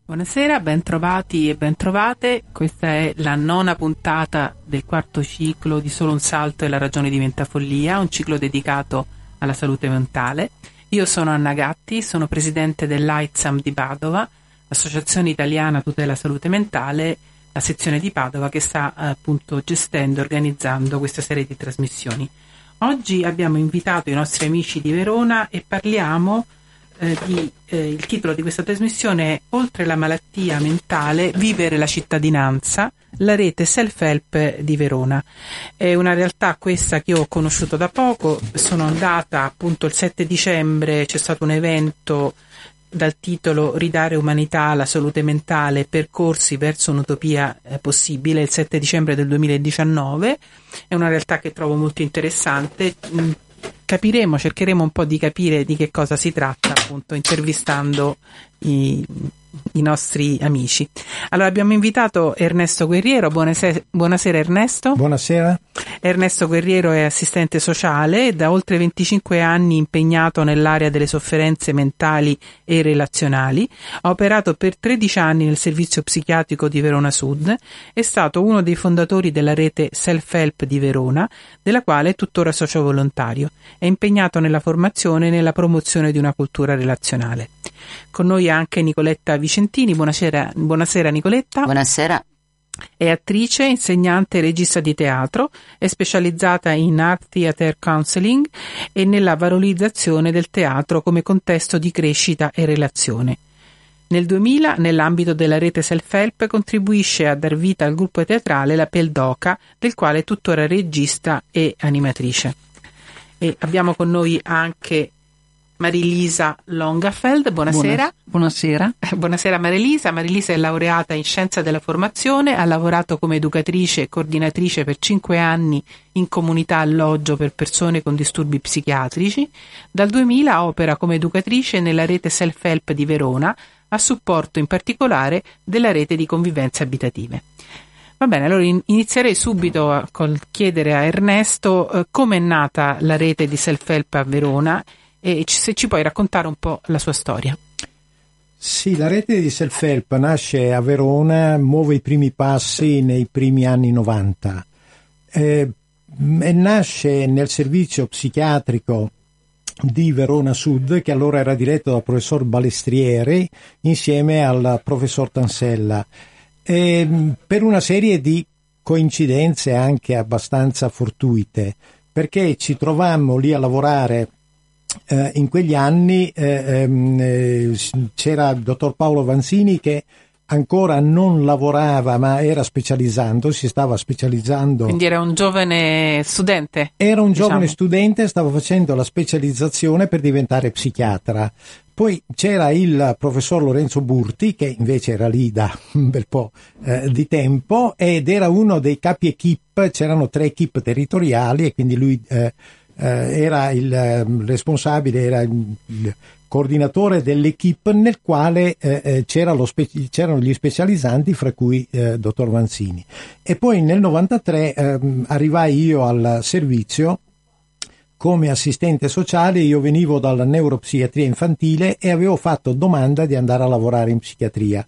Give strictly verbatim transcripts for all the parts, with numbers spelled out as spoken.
Buonasera, bentrovati e bentrovate. Questa è la nona puntata del quarto ciclo di Solo un salto e la ragione diventa follia, un ciclo dedicato alla salute mentale. Io sono Anna Gatti, sono presidente dell'A I T S A M di Padova, Associazione Italiana Tutela Salute Mentale, la sezione di Padova che sta appunto gestendo e organizzando questa serie di trasmissioni. Oggi abbiamo invitato i nostri amici di Verona e parliamo Eh, di, eh, il titolo di questa trasmissione è Oltre la malattia mentale, vivere la cittadinanza, la rete self-help di Verona. È una realtà questa che io ho conosciuto da poco, sono andata appunto il sette dicembre, c'è stato un evento dal titolo Ridare umanità alla salute mentale, percorsi verso un'utopia eh, possibile, il sette dicembre del duemiladiciannove. È una realtà che trovo molto interessante. Mh, Capiremo, cercheremo un po' di capire di che cosa si tratta, appunto, intervistando i, i nostri amici. Allora, abbiamo invitato Ernesto Guerriero. Buonasera, buonasera Ernesto. Buonasera. Ernesto Guerriero è assistente sociale e da oltre venticinque anni impegnato nell'area delle sofferenze mentali e relazionali. Ha operato per tredici anni nel servizio psichiatrico di Verona Sud. È stato uno dei fondatori della rete Self-Help di Verona, della quale è tuttora socio volontario. È impegnato nella formazione e nella promozione di una cultura relazionale. Con noi anche Nicoletta Vicentini. Buonasera, buonasera Nicoletta. Buonasera. È attrice, insegnante e regista di teatro, è specializzata in Art Theater Counseling e nella valorizzazione del teatro come contesto di crescita e relazione. Nel duemila, nell'ambito della rete Self-Help, contribuisce a dar vita al gruppo teatrale La Peldoca, del quale è tuttora regista e animatrice. E abbiamo con noi anche Marilisa Longafeld. Buonasera. Buonasera. Buonasera Marilisa. Marilisa è laureata in scienza della formazione, ha lavorato come educatrice e coordinatrice per cinque anni in comunità alloggio per persone con disturbi psichiatrici. Dal duemila opera come educatrice nella rete Self-Help di Verona, a supporto in particolare della rete di convivenze abitative. Va bene, allora inizierei subito a col chiedere a Ernesto eh, come è nata la rete di Self-Help a Verona e se ci puoi raccontare un po' la sua storia. Sì, la rete di Self-Help nasce a Verona, muove i primi passi nei primi anni novanta eh, e nasce nel servizio psichiatrico di Verona Sud, che allora era diretto dal professor Balestrieri insieme al professor Tansella, e, per una serie di coincidenze anche abbastanza fortuite, perché ci trovammo lì a lavorare. Eh, in quegli anni eh, eh, c'era il dottor Paolo Vanzini che ancora non lavorava ma era specializzando, si stava specializzando. Quindi era un giovane studente? Era un diciamo. giovane studente, stava facendo la specializzazione per diventare psichiatra. Poi c'era il professor Lorenzo Burti, che invece era lì da un bel po' eh, di tempo ed era uno dei capi equip, c'erano tre equip territoriali e quindi lui eh, eh, era il eh, responsabile, era il, il coordinatore dell'equipe nel quale eh, c'era lo spe- c'erano gli specializzanti, fra cui eh, dottor Vanzini. E poi nel novantatré eh, arrivai io al servizio come assistente sociale. Io venivo dalla neuropsichiatria infantile e avevo fatto domanda di andare a lavorare in psichiatria.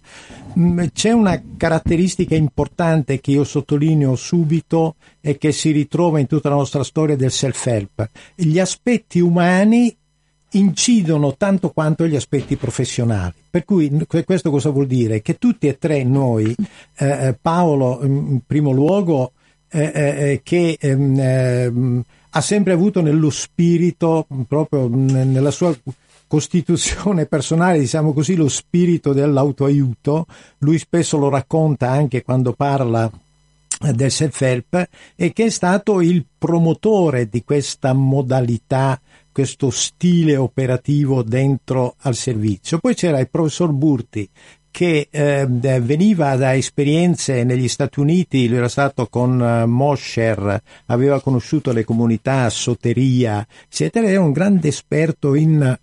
C'è una caratteristica importante che io sottolineo subito e che si ritrova in tutta la nostra storia del self-help: gli aspetti umani incidono tanto quanto gli aspetti professionali. Per cui questo cosa vuol dire? Che tutti e tre noi, eh, Paolo in primo luogo, eh, eh, che eh, ha sempre avuto nello spirito, proprio nella sua costituzione personale, diciamo così, lo spirito dell'autoaiuto. Lui spesso lo racconta anche quando parla del self-help, e che è stato il promotore di questa modalità, questo stile operativo dentro al servizio. Poi c'era il professor Burti, che eh, veniva da esperienze negli Stati Uniti. lui era stato con uh, Mosher, aveva conosciuto le comunità Soteria, eccetera, era un grande esperto in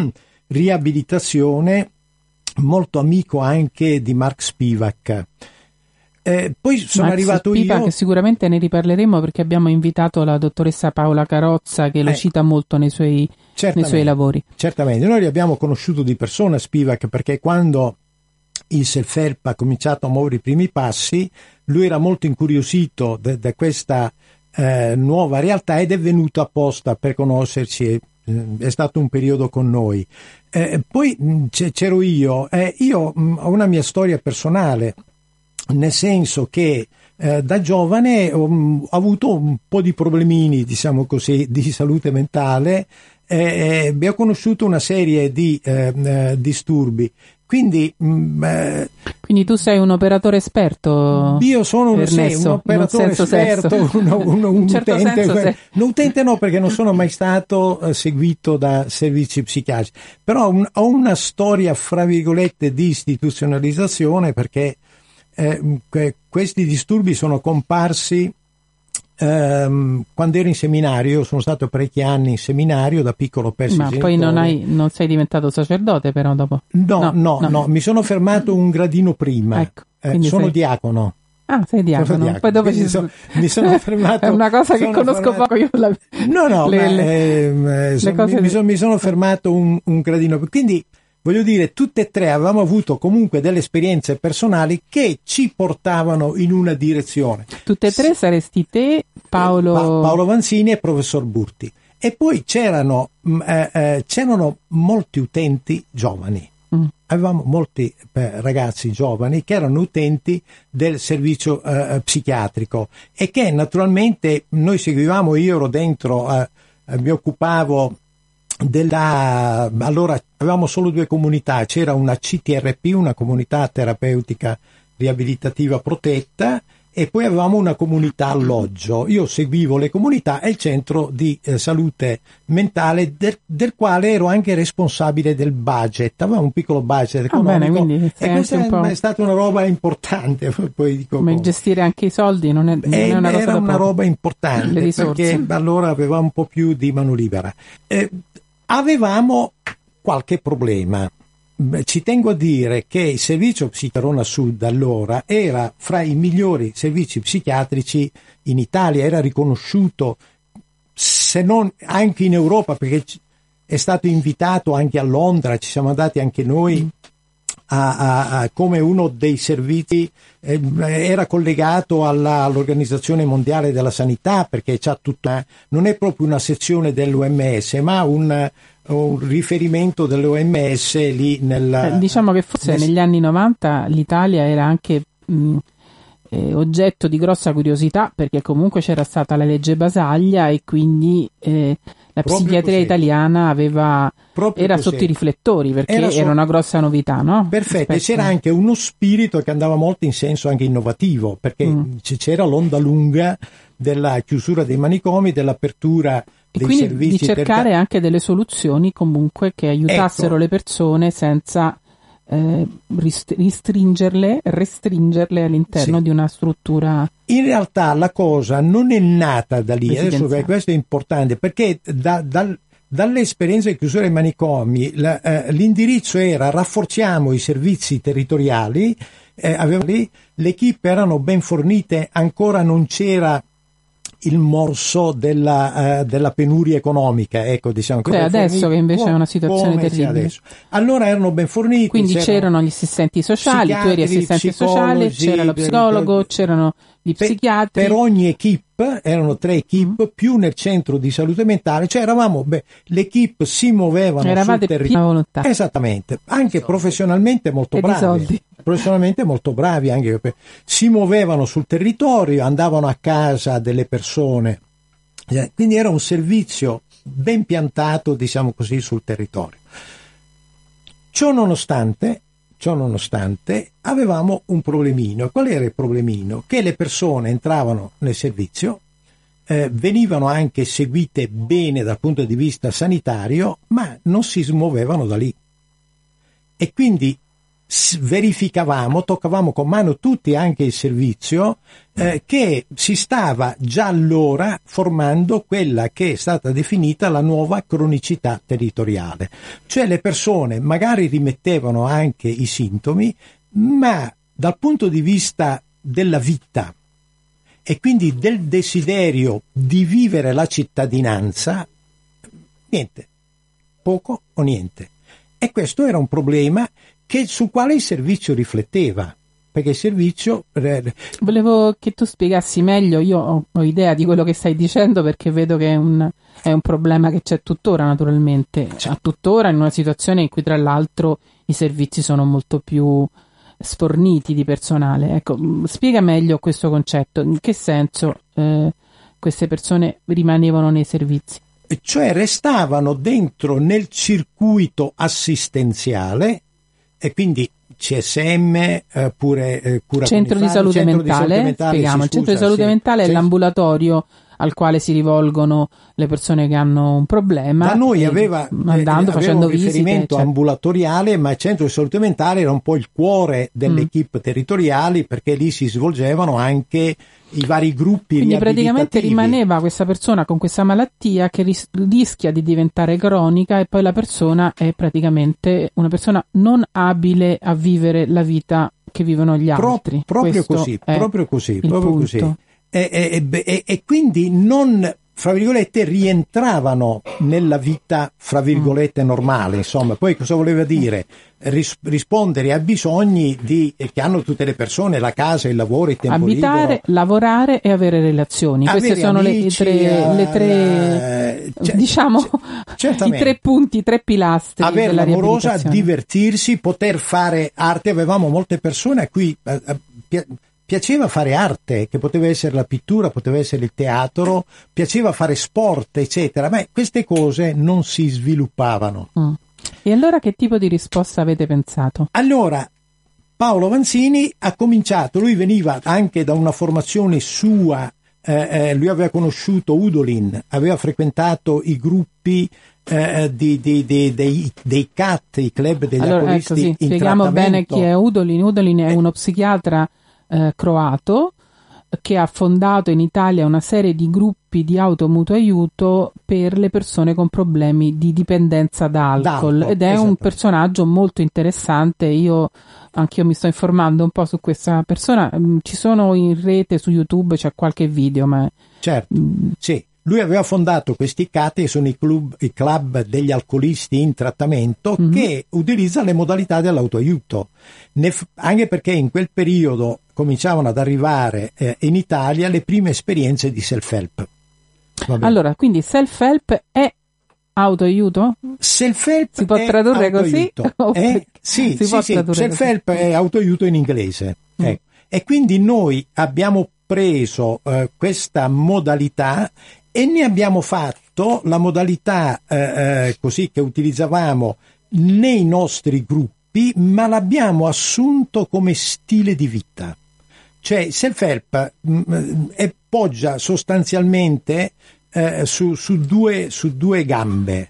riabilitazione, molto amico anche di Mark Spivak. Eh, poi sono Max arrivato Spivak, io. che sicuramente ne riparleremo perché abbiamo invitato la dottoressa Paola Carozza, che lo eh, cita molto nei suoi, nei suoi lavori. Certamente, noi li abbiamo conosciuto di persona Spivak, perché quando il self-help ha cominciato a muovere i primi passi, lui era molto incuriosito da, da questa eh, nuova realtà ed è venuto apposta per conoscerci, e, eh, è stato un periodo con noi. Eh, poi mh, c'ero io, eh, io mh, ho una mia storia personale, nel senso che eh, da giovane ho, ho avuto un po' di problemini, diciamo così, di salute mentale, e eh, ho conosciuto una serie di eh, eh, disturbi. Quindi, mh, eh, Quindi tu sei un operatore esperto? Io sono un, sì, un operatore esperto, un, un, un, un certo utente, senso, un utente no, perché non sono mai stato uh, seguito da servizi psichiatrici, però un, ho una storia fra virgolette di istituzionalizzazione, perché eh, que, questi disturbi sono comparsi Um, quando ero in seminario. Io sono stato parecchi anni in seminario, da piccolo persi Ma poi non, hai, non sei diventato sacerdote però dopo? No, no, no, no, no. Mi sono fermato un gradino prima. Ecco, eh, sono sei... diacono. Ah, sei diacono. Sono diacono. Poi dopo ci sono, mi sono fermato. È una cosa che conosco fermato... poco io. La... No, no, le, ma, le, eh, le mi, mi, sono, mi sono fermato un, un gradino. Quindi voglio dire, tutte e tre avevamo avuto comunque delle esperienze personali che ci portavano in una direzione. Tutte e tre saresti te, Paolo... Pa- Paolo Vanzini e professor Burti. E poi c'erano, eh, eh, c'erano molti utenti giovani. Mm. Avevamo molti eh, ragazzi giovani che erano utenti del servizio eh, psichiatrico e che naturalmente noi seguivamo. Io ero dentro, eh, mi occupavo della, allora avevamo solo due comunità, c'era una C T R P, una comunità terapeutica riabilitativa protetta, e poi avevamo una comunità alloggio. Io seguivo le comunità e il centro di eh, salute mentale del, del quale ero anche responsabile del budget. Avevamo un piccolo budget economico. Ah, bene, quindi e questa un po'... è stata una roba importante. Poi dico, come gestire anche i soldi non è, non eh, è una cosa era una poco. roba importante, perché allora avevamo un po' più di mano libera. Eh, avevamo qualche problema. Ci tengo a dire che il servizio Psicarona Sud allora era fra i migliori servizi psichiatrici in Italia, era riconosciuto se non anche in Europa, perché è stato invitato anche a Londra, ci siamo andati anche noi a, a, a, come uno dei servizi, eh, era collegato alla, all'Organizzazione Mondiale della Sanità, perché c'ha tutta, non è proprio una sezione dell'O M S, ma un un riferimento dell'O M S lì nel... Eh, diciamo che forse nel... negli anni novanta l'Italia era anche mh, eh, oggetto di grossa curiosità, perché comunque c'era stata la legge Basaglia e quindi eh, la Proprio psichiatria così. italiana aveva Proprio era così. sotto i riflettori, perché era, so... era una grossa novità, no? Perfetto, e c'era anche uno spirito che andava molto in senso anche innovativo, perché mm. c'era l'onda lunga della chiusura dei manicomi, dell'apertura e dei quindi servizi di cercare ter... anche delle soluzioni comunque che aiutassero ecco. le persone senza eh, rist- restringerle, restringerle all'interno sì. di una struttura. In realtà la cosa non è nata da lì, adesso questo è importante, perché da, dal, dalle esperienze di chiusura dei manicomi la, eh, l'indirizzo era: rafforziamo i servizi territoriali, eh, avevamo lì, le equip erano ben fornite, ancora non c'era il morso della, uh, della penuria economica, ecco, diciamo. Beh, adesso forniti, che invece è una situazione terribile. Allora erano ben forniti. Quindi c'erano, c'erano gli assistenti sociali, tu eri assistente sociale, c'era lo psicologo, c'erano gli per, psichiatri. Per ogni equip, erano tre equip, mm. più nel centro di salute mentale, cioè eravamo, beh, le equip si muovevano Eravate sul territorio. Volontà. Esattamente, anche professionalmente molto e bravi. Professionalmente molto bravi, anche perché si muovevano sul territorio, andavano a casa delle persone, quindi era un servizio ben piantato, diciamo così, sul territorio. Ciò nonostante, ciò nonostante avevamo un problemino. Qual era il problemino? Che le persone entravano nel servizio, eh, venivano anche seguite bene dal punto di vista sanitario, ma non si smuovevano da lì. E quindi verificavamo, toccavamo con mano tutti, anche il servizio, eh, che si stava già allora formando quella che è stata definita la nuova cronicità territoriale, cioè le persone magari rimettevano anche i sintomi, ma dal punto di vista della vita e quindi del desiderio di vivere la cittadinanza, niente, poco o niente. E questo era un problema che, su quale il servizio rifletteva. Perché il servizio... Volevo che tu spiegassi meglio, io ho, ho idea di quello che stai dicendo, perché vedo che è un, è un problema che c'è tuttora, naturalmente, c'è tuttora in una situazione in cui tra l'altro i servizi sono molto più sforniti di personale. Ecco, spiega meglio questo concetto, in che senso eh, queste persone rimanevano nei servizi? Cioè restavano dentro nel circuito assistenziale e quindi C S M, eh, pure eh, cura centro di salute centro mentale, di salute mentale spieghiamo, sì, il centro scusa, di salute sì, mentale sì. è l'ambulatorio al quale si rivolgono le persone che hanno un problema. Da noi e, aveva, andando, eh, facendo un riferimento visite, cioè. ambulatoriale, ma il centro di salute mentale era un po' il cuore delle Mm. equip territoriali, perché lì si svolgevano anche i vari gruppi Quindi riabilitativi. praticamente rimaneva questa persona con questa malattia che ris- rischia di diventare cronica, e poi la persona è praticamente una persona non abile a vivere la vita che vivono gli altri. Pro- proprio Questo così, è proprio così, il proprio punto. così. E, e, e, e quindi non, fra virgolette, rientravano nella vita, fra virgolette, normale, insomma. Poi cosa voleva dire? Ris- rispondere a bisogni di, che hanno tutte le persone, la casa, il lavoro, il tempo Abitare, libero. lavorare e avere relazioni. Avere Queste sono amici, le, le tre, le tre eh, c- diciamo, c- i tre punti, i tre pilastri avere della l'amorosa, riabilitazione. divertirsi, poter fare arte. Avevamo molte persone a cui eh, pi- piaceva fare arte, che poteva essere la pittura, poteva essere il teatro, piaceva fare sport, eccetera, ma queste cose non si sviluppavano. Mm. E allora che tipo di risposta avete pensato? Allora Paolo Vanzini ha cominciato, lui veniva anche da una formazione sua, eh, eh, lui aveva conosciuto Udolin, aveva frequentato i gruppi eh, di, di, di, dei, dei C A T, i club degli Allora, alcolisti, ecco, sì, in spieghiamo bene trattamento. chi è Udolin. Udolin è Eh. uno psichiatra eh, croato che ha fondato in Italia una serie di gruppi di automutuo aiuto per le persone con problemi di dipendenza da alcol, D'alcol, ed è un esattamente. personaggio molto interessante. Io anch'io mi sto informando un po' su questa persona. Mm, ci sono in rete su YouTube, c'è qualche video, ma Certo, mm, sì. Lui aveva fondato questi C A T, che sono i club, i club degli alcolisti in trattamento, Mhm. che utilizzano le modalità dell'autoaiuto. Ne f- anche perché in quel periodo cominciavano ad arrivare eh, in Italia le prime esperienze di self-help. Va bene. allora, quindi self-help è autoaiuto? Self-help Si può è tradurre così? autoaiuto. O È- perché- sì, si sì, può sì, tradurre self-help è autoaiuto in inglese. Mm. Ecco. E quindi noi abbiamo preso eh, questa modalità e ne abbiamo fatto la modalità eh, eh, così che utilizzavamo nei nostri gruppi, ma l'abbiamo assunto come stile di vita. Cioè self-help mh, è, poggia sostanzialmente eh, su, su, due, su due gambe,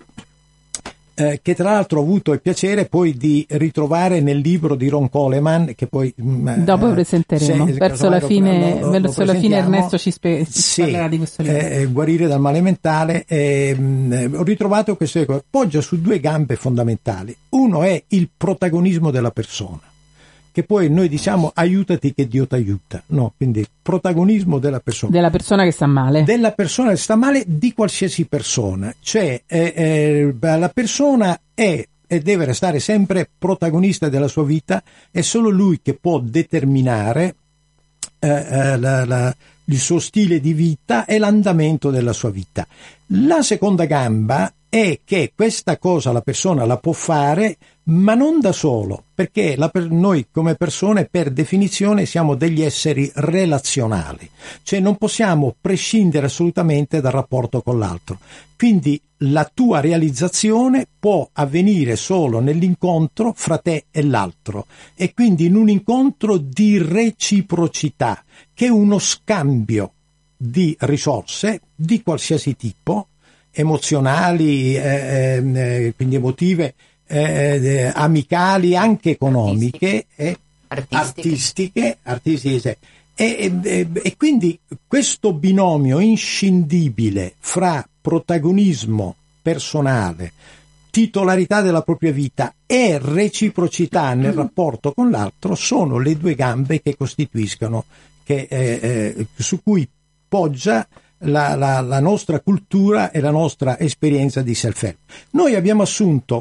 eh, che tra l'altro ho avuto il piacere poi di ritrovare nel libro di Ron Coleman, che poi mh, Dopo eh, presenteremo. se- Verso la lo- fine, lo- lo verso la fine presentiamo. Ernesto ci, spe- ci Sì, parlerà di questo libro. eh, guarire dal male mentale. eh, mh, ho ritrovato queste cose, poggia su due gambe fondamentali. Uno è il protagonismo della persona, che poi noi diciamo aiutati che Dio ti aiuta, no? Quindi protagonismo della persona. Della persona che sta male. Della persona che sta male, di qualsiasi persona. Cioè eh, eh, la persona è e deve restare sempre protagonista della sua vita, è solo lui che può determinare eh, eh, la, la, il suo stile di vita e l'andamento della sua vita. La seconda gamba è che questa cosa la persona la può fare, ma non da solo, perché la per, noi come persone per definizione siamo degli esseri relazionali, cioè non possiamo prescindere assolutamente dal rapporto con l'altro. Quindi la tua realizzazione può avvenire solo nell'incontro fra te e l'altro, e quindi in un incontro di reciprocità, che è uno scambio di risorse di qualsiasi tipo, emozionali, eh, eh, quindi emotive, eh, eh, amicali, anche economiche, e artistiche, artistiche, e, e, e quindi questo binomio inscindibile fra protagonismo personale, titolarità della propria vita e reciprocità nel rapporto con l'altro sono le due gambe che costituiscono, che, eh, eh, su cui poggia La, la, la nostra cultura e la nostra esperienza di self-help. Noi abbiamo assunto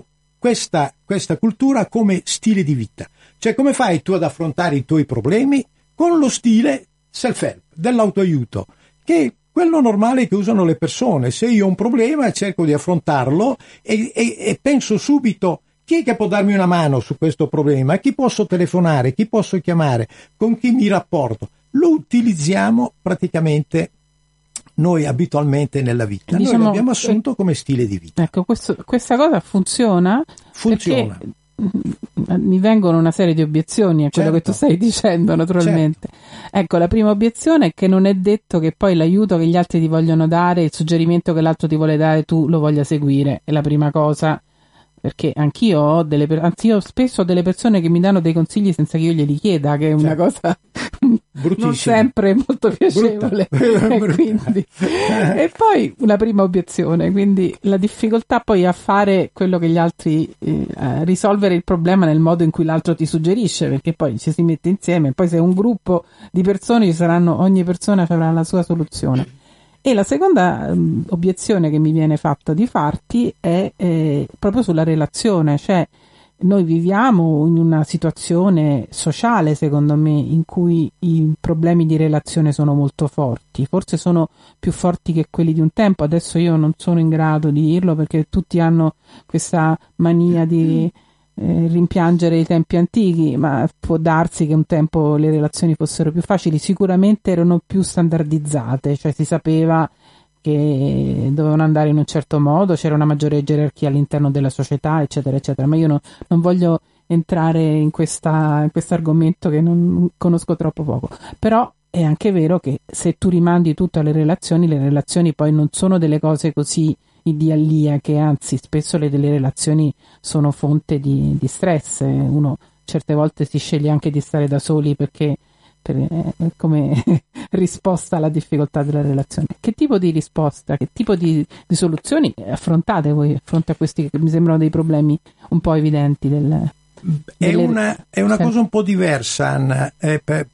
questa, questa cultura come stile di vita. Cioè, come fai tu ad affrontare i tuoi problemi? Con lo stile self-help, dell'autoaiuto, che è quello normale che usano le persone. Se io ho un problema cerco di affrontarlo e, e, e penso subito: chi è che può darmi una mano su questo problema? Chi posso telefonare? Chi posso chiamare? Con chi mi rapporto? Lo utilizziamo praticamente noi abitualmente nella vita. Diciamo, noi l'abbiamo assunto come stile di vita. Ecco, questo, questa cosa funziona. Funziona. Mi vengono una serie di obiezioni a quello certo. che tu stai dicendo, naturalmente. Certo. Ecco, la prima obiezione è che non è detto che poi l'aiuto che gli altri ti vogliono dare, il suggerimento che l'altro ti vuole dare, tu lo voglia seguire. È la prima cosa. Perché anch'io ho delle anzi io spesso ho delle persone che mi danno dei consigli senza che io glieli chieda, che è una cosa non sempre molto piacevole. e, quindi, e poi una prima obiezione, quindi la difficoltà poi a fare quello che gli altri eh, a risolvere il problema nel modo in cui l'altro ti suggerisce, perché poi ci si mette insieme, poi se è un gruppo di persone ci saranno, ogni persona avrà la sua soluzione. E la seconda um, obiezione che mi viene fatta di farti è eh, proprio sulla relazione, cioè noi viviamo in una situazione sociale, secondo me, in cui i problemi di relazione sono molto forti, forse sono più forti che quelli di un tempo. Adesso io non sono in grado di dirlo perché tutti hanno questa mania di eh, rimpiangere i tempi antichi, ma può darsi che un tempo le relazioni fossero più facili, sicuramente erano più standardizzate, cioè si sapeva che dovevano andare in un certo modo, c'era una maggiore gerarchia all'interno della società, eccetera eccetera, ma io no, non voglio entrare in questa in questo argomento che non conosco troppo poco. Però è anche vero che se tu rimandi tutto alle relazioni, le relazioni poi non sono delle cose così idilliache, anzi spesso le delle relazioni sono fonte di, di stress. Uno certe volte si sceglie anche di stare da soli perché per, eh, come risposta alla difficoltà della relazione. Che tipo di risposta, che tipo di, di soluzioni affrontate voi a fronte a questi che mi sembrano dei problemi un po' evidenti del, è una, è una cosa un po' diversa, Anna, eh, per,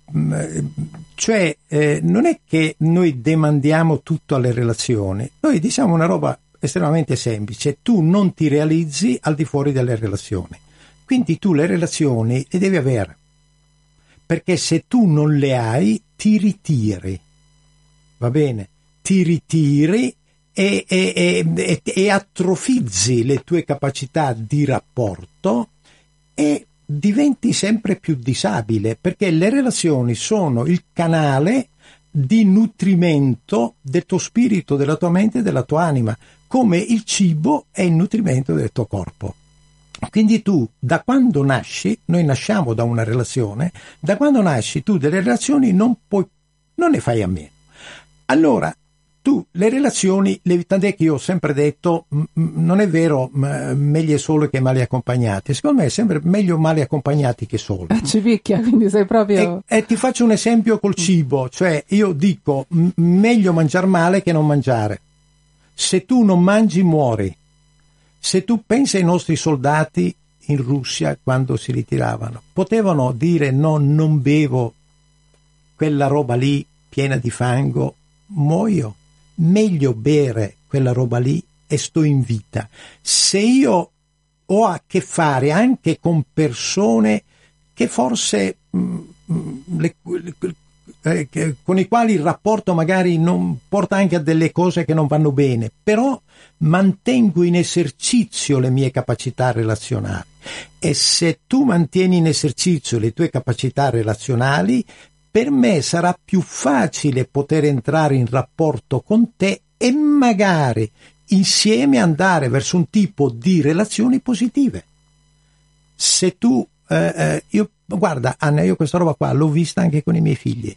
cioè eh, non è che noi demandiamo tutto alle relazioni, noi diciamo una roba estremamente semplice: tu non ti realizzi al di fuori delle relazioni, quindi tu le relazioni le devi avere, perché se tu non le hai ti ritiri, va bene? Ti ritiri e, e, e, e atrofizzi le tue capacità di rapporto e diventi sempre più disabile, perché le relazioni sono il canale di nutrimento del tuo spirito, della tua mente e della tua anima, come il cibo è il nutrimento del tuo corpo. Quindi tu, da quando nasci, noi nasciamo da una relazione, da quando nasci tu delle relazioni non puoi, non ne fai a meno. Allora, tu le relazioni, le, tant'è che io ho sempre detto, m- m- non è vero m- meglio solo che male accompagnati, secondo me è sempre meglio male accompagnati che solo. Ci picchia, quindi sei proprio... E, e ti faccio un esempio col cibo, cioè io dico m- meglio mangiare male che non mangiare. Se tu non mangi muori. Se tu pensi ai nostri soldati in Russia quando si ritiravano, potevano dire no, non bevo quella roba lì piena di fango, muoio. Meglio bere quella roba lì e sto in vita. Se io ho a che fare anche con persone che forse mh, le, le, eh, che, con i quali il rapporto magari non porta anche a delle cose che non vanno bene, però mantengo in esercizio le mie capacità relazionali, e se tu mantieni in esercizio le tue capacità relazionali, per me sarà più facile poter entrare in rapporto con te e magari insieme andare verso un tipo di relazioni positive. Se tu eh, eh, io guarda Anna, io questa roba qua l'ho vista anche con i miei figli,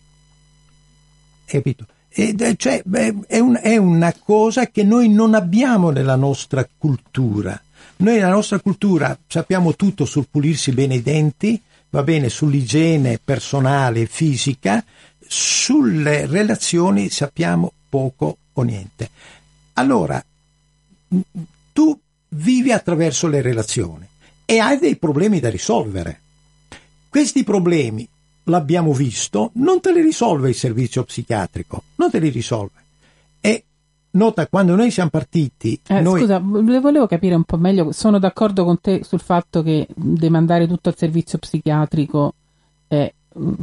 capito? E, cioè, è, un, è una cosa che noi non abbiamo nella nostra cultura. Noi nella nostra cultura sappiamo tutto sul pulirsi bene i denti, va bene, sull'igiene personale e fisica, sulle relazioni sappiamo poco o niente. Allora, tu vivi attraverso le relazioni e hai dei problemi da risolvere. Questi problemi, l'abbiamo visto, non te li risolve il servizio psichiatrico, non te li risolve. E nota, quando noi siamo partiti... Eh, noi... Scusa, volevo capire un po' meglio, sono d'accordo con te sul fatto che demandare tutto al servizio psichiatrico è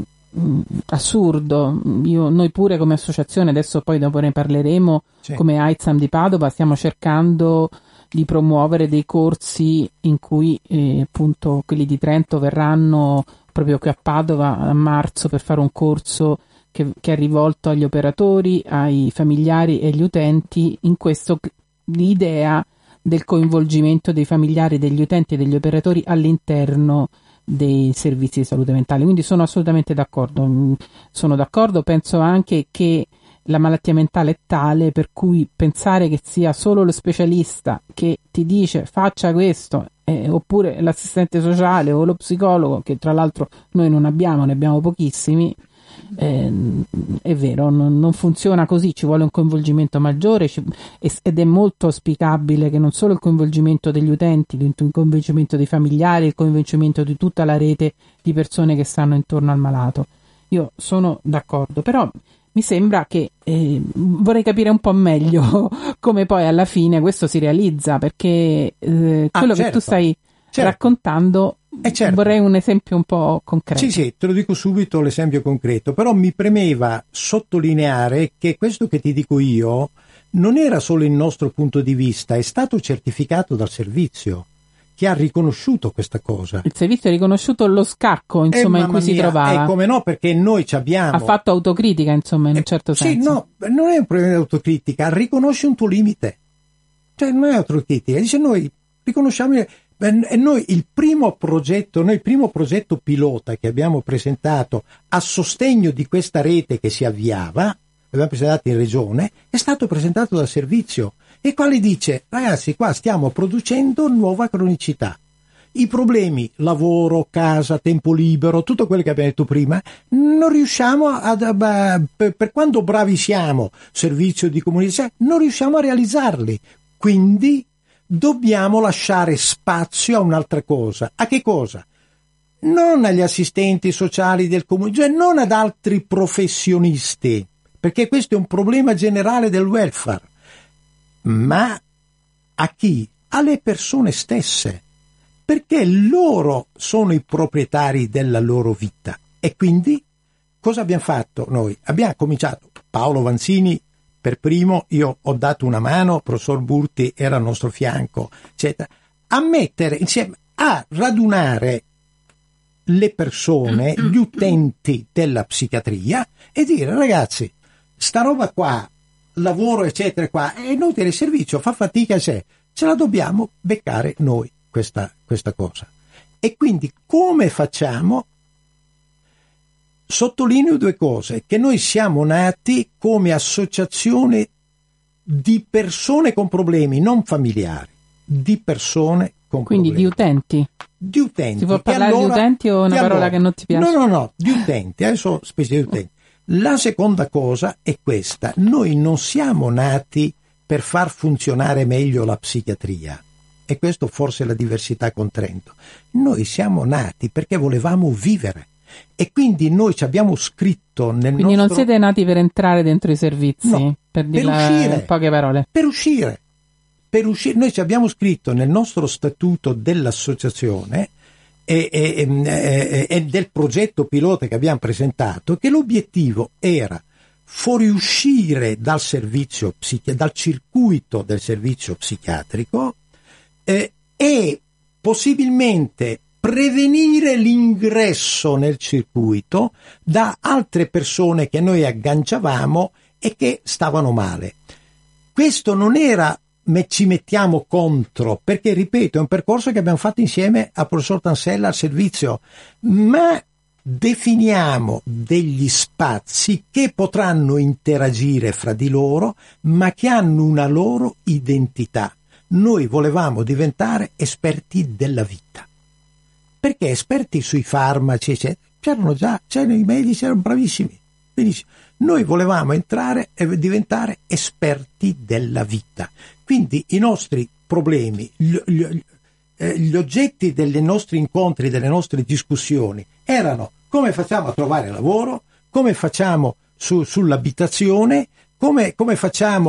mm, assurdo. Io, noi pure come associazione, adesso poi dopo ne parleremo, sì. Come AIDSAM di Padova stiamo cercando di promuovere dei corsi in cui eh, appunto quelli di Trento verranno proprio qui a Padova a marzo per fare un corso che, che è rivolto agli operatori, ai familiari e agli utenti, in questo l'idea del coinvolgimento dei familiari, degli utenti e degli operatori all'interno dei servizi di salute mentale. Quindi sono assolutamente d'accordo. Sono d'accordo, penso anche che la malattia mentale è tale per cui pensare che sia solo lo specialista che ti dice faccia questo, eh, oppure l'assistente sociale o lo psicologo, che tra l'altro noi non abbiamo, ne abbiamo pochissimi, eh, è vero, non, non funziona così, ci vuole un coinvolgimento maggiore ci, ed è molto auspicabile che non solo il coinvolgimento degli utenti, il coinvolgimento dei familiari, il coinvolgimento di tutta la rete di persone che stanno intorno al malato. Io sono d'accordo, però mi sembra che eh, vorrei capire un po' meglio come poi alla fine questo si realizza, perché eh, quello ah, certo, che tu stai certo. raccontando eh certo. vorrei un esempio un po' concreto. Sì, sì, te lo dico subito l'esempio concreto, però mi premeva sottolineare che questo che ti dico io non era solo il nostro punto di vista, è stato certificato dal servizio, che ha riconosciuto questa cosa. Il servizio ha riconosciuto lo scacco, insomma, eh, in cui mia, si trovava. E come no, perché noi ci abbiamo... Ha fatto autocritica, insomma, in un certo eh, senso. Sì, no, non è un problema di autocritica, riconosce un tuo limite. Cioè, non è autocritica, dice noi riconosciamo... E noi il primo progetto, noi il primo progetto pilota che abbiamo presentato a sostegno di questa rete che si avviava, abbiamo presentato in regione, è stato presentato dal servizio, e quale dice, ragazzi, qua stiamo producendo nuova cronicità. I problemi, lavoro, casa, tempo libero, tutto quello che abbiamo detto prima, non riusciamo a, a, a per, per quanto bravi siamo, servizio di comunicazione, non riusciamo a realizzarli. Quindi dobbiamo lasciare spazio a un'altra cosa. A che cosa? Non agli assistenti sociali del comune, cioè non ad altri professionisti, perché questo è un problema generale del welfare, ma a chi? Alle persone stesse, perché loro sono i proprietari della loro vita. E quindi cosa abbiamo fatto noi? Abbiamo cominciato, Paolo Vanzini per primo, io ho dato una mano, professor Burti era al nostro fianco, eccetera, a mettere insieme, a radunare le persone, gli utenti della psichiatria e dire, ragazzi, sta roba qua, lavoro eccetera qua, è inutile, il servizio fa fatica, c'è, ce la dobbiamo beccare noi questa, questa cosa. E quindi come facciamo? Sottolineo due cose, che noi siamo nati come associazione di persone con problemi, non familiari, di persone con Quindi problemi. Quindi di utenti? Di utenti. Si può parlare allora, di utenti o una parola allora, che non ti piace? No, no, no, di utenti, adesso specie di utenti. La seconda cosa è questa, noi non siamo nati per far funzionare meglio la psichiatria, e questo forse è la diversità con Trento. Noi siamo nati perché volevamo vivere. E quindi noi ci abbiamo scritto nel quindi nostro... non siete nati per entrare dentro i servizi, no, per, per uscire, in poche parole. Per uscire, per uscire. Noi ci abbiamo scritto nel nostro statuto dell'associazione e, e, e, e del progetto pilota che abbiamo presentato che l'obiettivo era fuoriuscire dal servizio psichi- dal circuito del servizio psichiatrico eh, e possibilmente prevenire l'ingresso nel circuito da altre persone che noi agganciavamo e che stavano male. Questo non era me, ci mettiamo contro, perché ripeto è un percorso che abbiamo fatto insieme al professor Tansella al servizio, ma definiamo degli spazi che potranno interagire fra di loro, ma che hanno una loro identità. Noi volevamo diventare esperti della vita. Perché esperti sui farmaci, eccetera, c'erano già, c'erano i medici, erano bravissimi, benissimo. Noi volevamo entrare e diventare esperti della vita. Quindi i nostri problemi, gli, gli, eh, gli oggetti dei nostri incontri, delle nostre discussioni, erano come facciamo a trovare lavoro, come facciamo su, sull'abitazione, come, come facciamo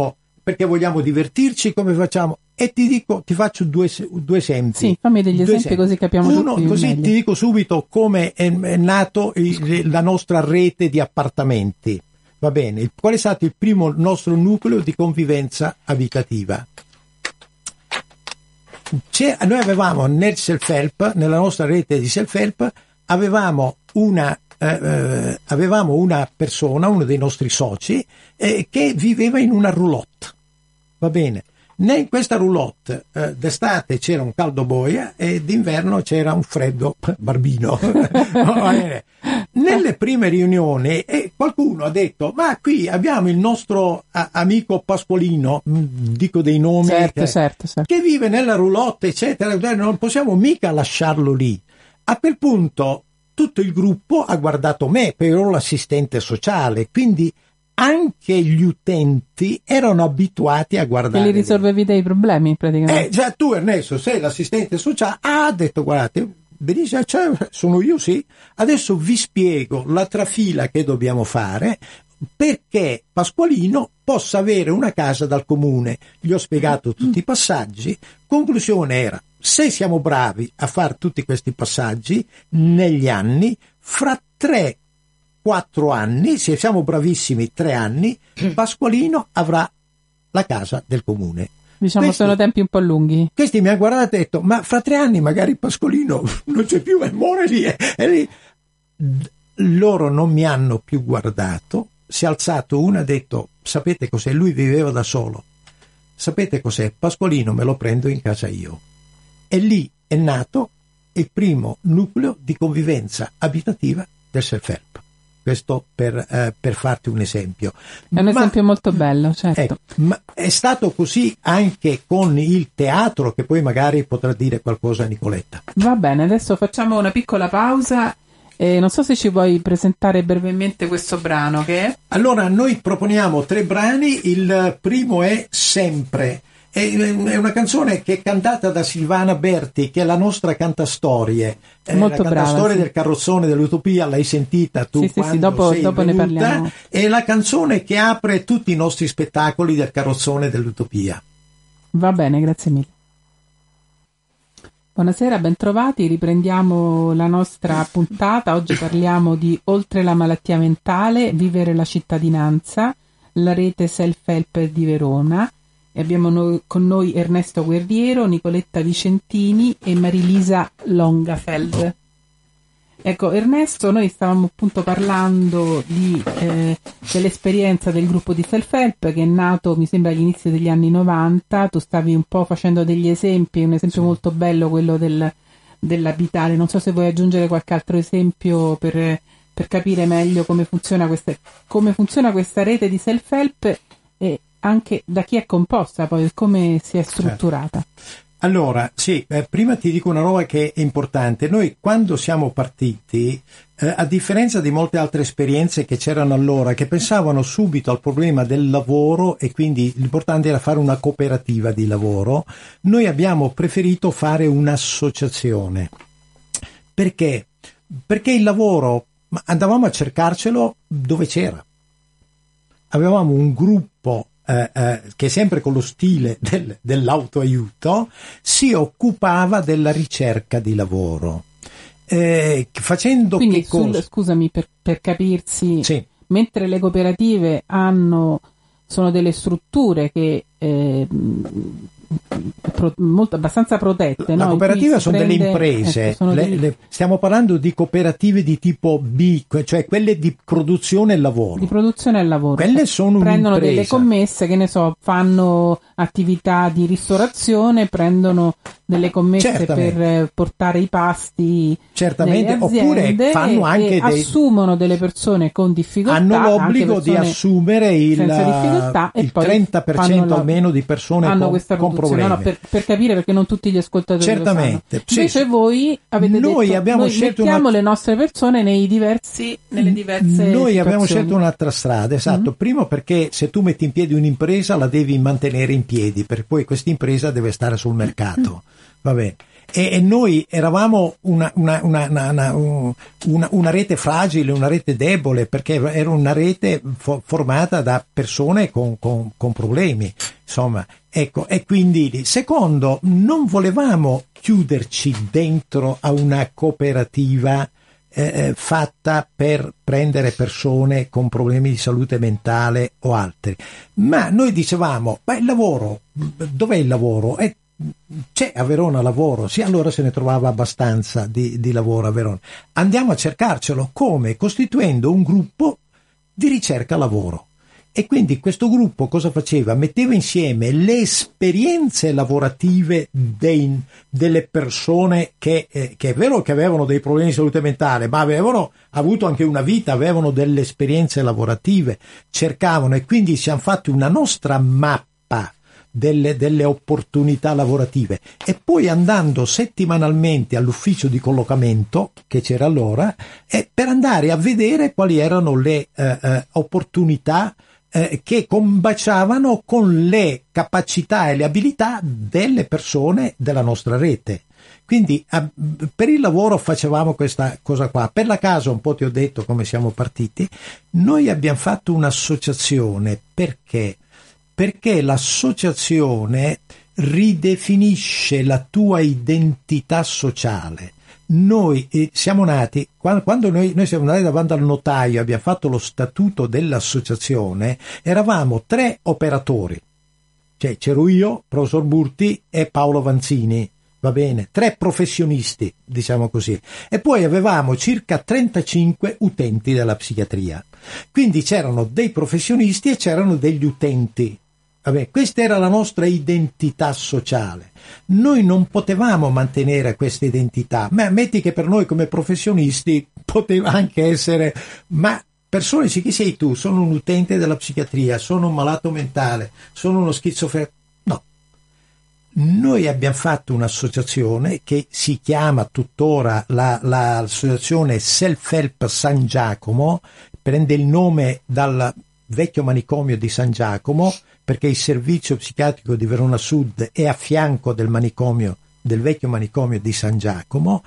perché vogliamo divertirci, come facciamo? E ti dico, ti faccio due, due esempi. Sì, fammi degli esempi, esempi così capiamo Uno, tutti così meglio. Ti dico subito come è, è nato il, la nostra rete di appartamenti. Va bene, qual è stato il primo nostro nucleo di convivenza abitativa? C'è, noi avevamo nel self-help, nella nostra rete di self-help, avevamo una, eh, eh, avevamo una persona, uno dei nostri soci, eh, che viveva in una roulotte. Va bene. In questa roulotte eh, d'estate c'era un caldo boia e d'inverno c'era un freddo barbino. Nelle prime riunioni eh, qualcuno ha detto: ma qui abbiamo il nostro a- amico Pasqualino, mh, dico dei nomi, certo, che, certo, certo. che vive nella roulotte, eccetera, non possiamo mica lasciarlo lì. A quel punto tutto il gruppo ha guardato me, poi ero l'assistente sociale, quindi anche gli utenti erano abituati a guardare. Che li risolvevi dei problemi praticamente. Eh, già tu Ernesto sei l'assistente sociale. Ah, ha detto: guardate, benissimo, cioè, sono io, sì. Adesso vi spiego la trafila che dobbiamo fare perché Pasqualino possa avere una casa dal comune. Gli ho spiegato tutti i passaggi. Conclusione era: se siamo bravi a fare tutti questi passaggi negli anni, fra tre quattro anni, se siamo bravissimi tre anni, Pasqualino avrà la casa del comune. Diciamo questi, sono tempi un po' lunghi. Questi mi hanno guardato e detto: ma fra tre anni magari Pasqualino non c'è più, è muore lì, è lì. Loro non mi hanno più guardato. Si è alzato uno e ha detto: sapete cos'è? Lui viveva da solo. Sapete cos'è? Pasqualino me lo prendo in casa io. E lì è nato il primo nucleo di convivenza abitativa del self-help. Questo per, eh, per farti un esempio. È un ma, esempio molto bello, certo. Ecco, ma è stato così anche con il teatro, che poi magari potrà dire qualcosa Nicoletta. Va bene, adesso facciamo una piccola pausa e non so se ci vuoi presentare brevemente questo brano che è. Allora, noi proponiamo tre brani. Il primo è Sempre. È una canzone che è cantata da Silvana Berti, che è la nostra cantastorie. Molto la brava, cantastorie sì. del carrozzone dell'Utopia, l'hai sentita tu? Sì, sì, quando sì, dopo, sei dopo ne venuta. parliamo. È la canzone che apre tutti i nostri spettacoli del carrozzone dell'Utopia. Va bene, grazie mille. Buonasera, bentrovati, riprendiamo la nostra puntata. Oggi parliamo di Oltre la malattia mentale, vivere la cittadinanza, la rete self-help di Verona. E abbiamo noi, con noi Ernesto Guerriero, Nicoletta Vicentini e Marilisa Longafeld. Ecco, Ernesto, noi stavamo appunto parlando di, eh, dell'esperienza del gruppo di self-help che è nato, mi sembra, agli inizi degli anni novanta. Tu stavi un po' facendo degli esempi, un esempio sì. molto bello, quello del, dell'abitare. Non so se vuoi aggiungere qualche altro esempio per, per capire meglio come funziona questa, come funziona questa rete di self-help e anche da chi è composta, poi come si è strutturata. Certo. Allora, sì, eh, prima ti dico una roba che è importante. Noi quando siamo partiti, eh, a differenza di molte altre esperienze che c'erano allora, che pensavano subito al problema del lavoro e quindi l'importante era fare una cooperativa di lavoro, noi abbiamo preferito fare un'associazione. Perché? Perché il lavoro, andavamo a cercarcelo dove c'era. Avevamo un gruppo Eh, eh, che sempre con lo stile del, dell'autoaiuto si occupava della ricerca di lavoro, eh, facendo quindi che cosa? Sul, scusami per, per capirsi, sì. Mentre le cooperative hanno sono delle strutture che eh, pro, molto, abbastanza protette. La no? cooperativa sono prende, delle imprese, ecco, sono le, degli... le, stiamo parlando di cooperative di tipo B, cioè quelle di produzione e lavoro. Di produzione e lavoro. Quelle sono prendono un'impresa. delle commesse, che ne so, fanno attività di ristorazione, prendono delle commesse Certamente. per portare i pasti. Certamente, oppure fanno anche e dei... assumono delle persone con difficoltà. Hanno l'obbligo di assumere il, il trenta per cento la, almeno di persone hanno con, con problemi. No, no, per, per capire, perché non tutti gli ascoltatori Certamente. lo sanno. Invece sì, voi avete noi detto abbiamo noi scelto mettiamo una... le nostre persone nei diversi, nelle diverse Noi situazioni. abbiamo scelto un'altra strada, esatto. Mm-hmm. Primo perché se tu metti in piedi un'impresa la devi mantenere in piedi, per cui questa impresa deve stare sul mercato. Mm-hmm. Va bene. e, e noi eravamo una, una, una, una, una, una rete fragile, una rete debole, perché era una rete fo- formata da persone con, con, con problemi, insomma, ecco. E quindi, secondo, non volevamo chiuderci dentro a una cooperativa eh, fatta per prendere persone con problemi di salute mentale o altri, ma noi dicevamo, ma il lavoro, dov'è il lavoro? È c'è a Verona lavoro, sì, allora se ne trovava abbastanza di, di lavoro a Verona. Andiamo a cercarcelo, come? Costituendo un gruppo di ricerca lavoro. E quindi questo gruppo cosa faceva? Metteva insieme le esperienze lavorative dei, delle persone che, eh, che è vero che avevano dei problemi di salute mentale, ma avevano avuto anche una vita, avevano delle esperienze lavorative, cercavano, e quindi ci hanno fatto una nostra mappa Delle, delle opportunità lavorative, e poi andando settimanalmente all'ufficio di collocamento che c'era allora, eh, per andare a vedere quali erano le eh, eh, opportunità eh, che combaciavano con le capacità e le abilità delle persone della nostra rete. Quindi a, per il lavoro facevamo questa cosa qua. Per la casa, un po' ti ho detto come siamo partiti. Noi abbiamo fatto un'associazione perché perché l'associazione ridefinisce la tua identità sociale. Noi eh, siamo nati, quando, quando noi, noi siamo andati davanti al notaio, abbiamo fatto lo statuto dell'associazione, eravamo tre operatori, cioè c'ero io, professor Burti e Paolo Vanzini, va bene, tre professionisti, diciamo così, e poi avevamo circa trentacinque utenti della psichiatria, quindi c'erano dei professionisti e c'erano degli utenti. Vabbè, questa era la nostra identità sociale. Noi non potevamo mantenere questa identità, ma ammetti che per noi come professionisti poteva anche essere, ma persone, chi sei tu? Sono un utente della psichiatria, sono un malato mentale, sono uno schizofrenico. No. Noi abbiamo fatto un'associazione che si chiama tuttora la, la, l'associazione Self-Help San Giacomo, prende il nome dal vecchio manicomio di San Giacomo, perché il servizio psichiatrico di Verona Sud è a fianco del manicomio, del vecchio manicomio di San Giacomo,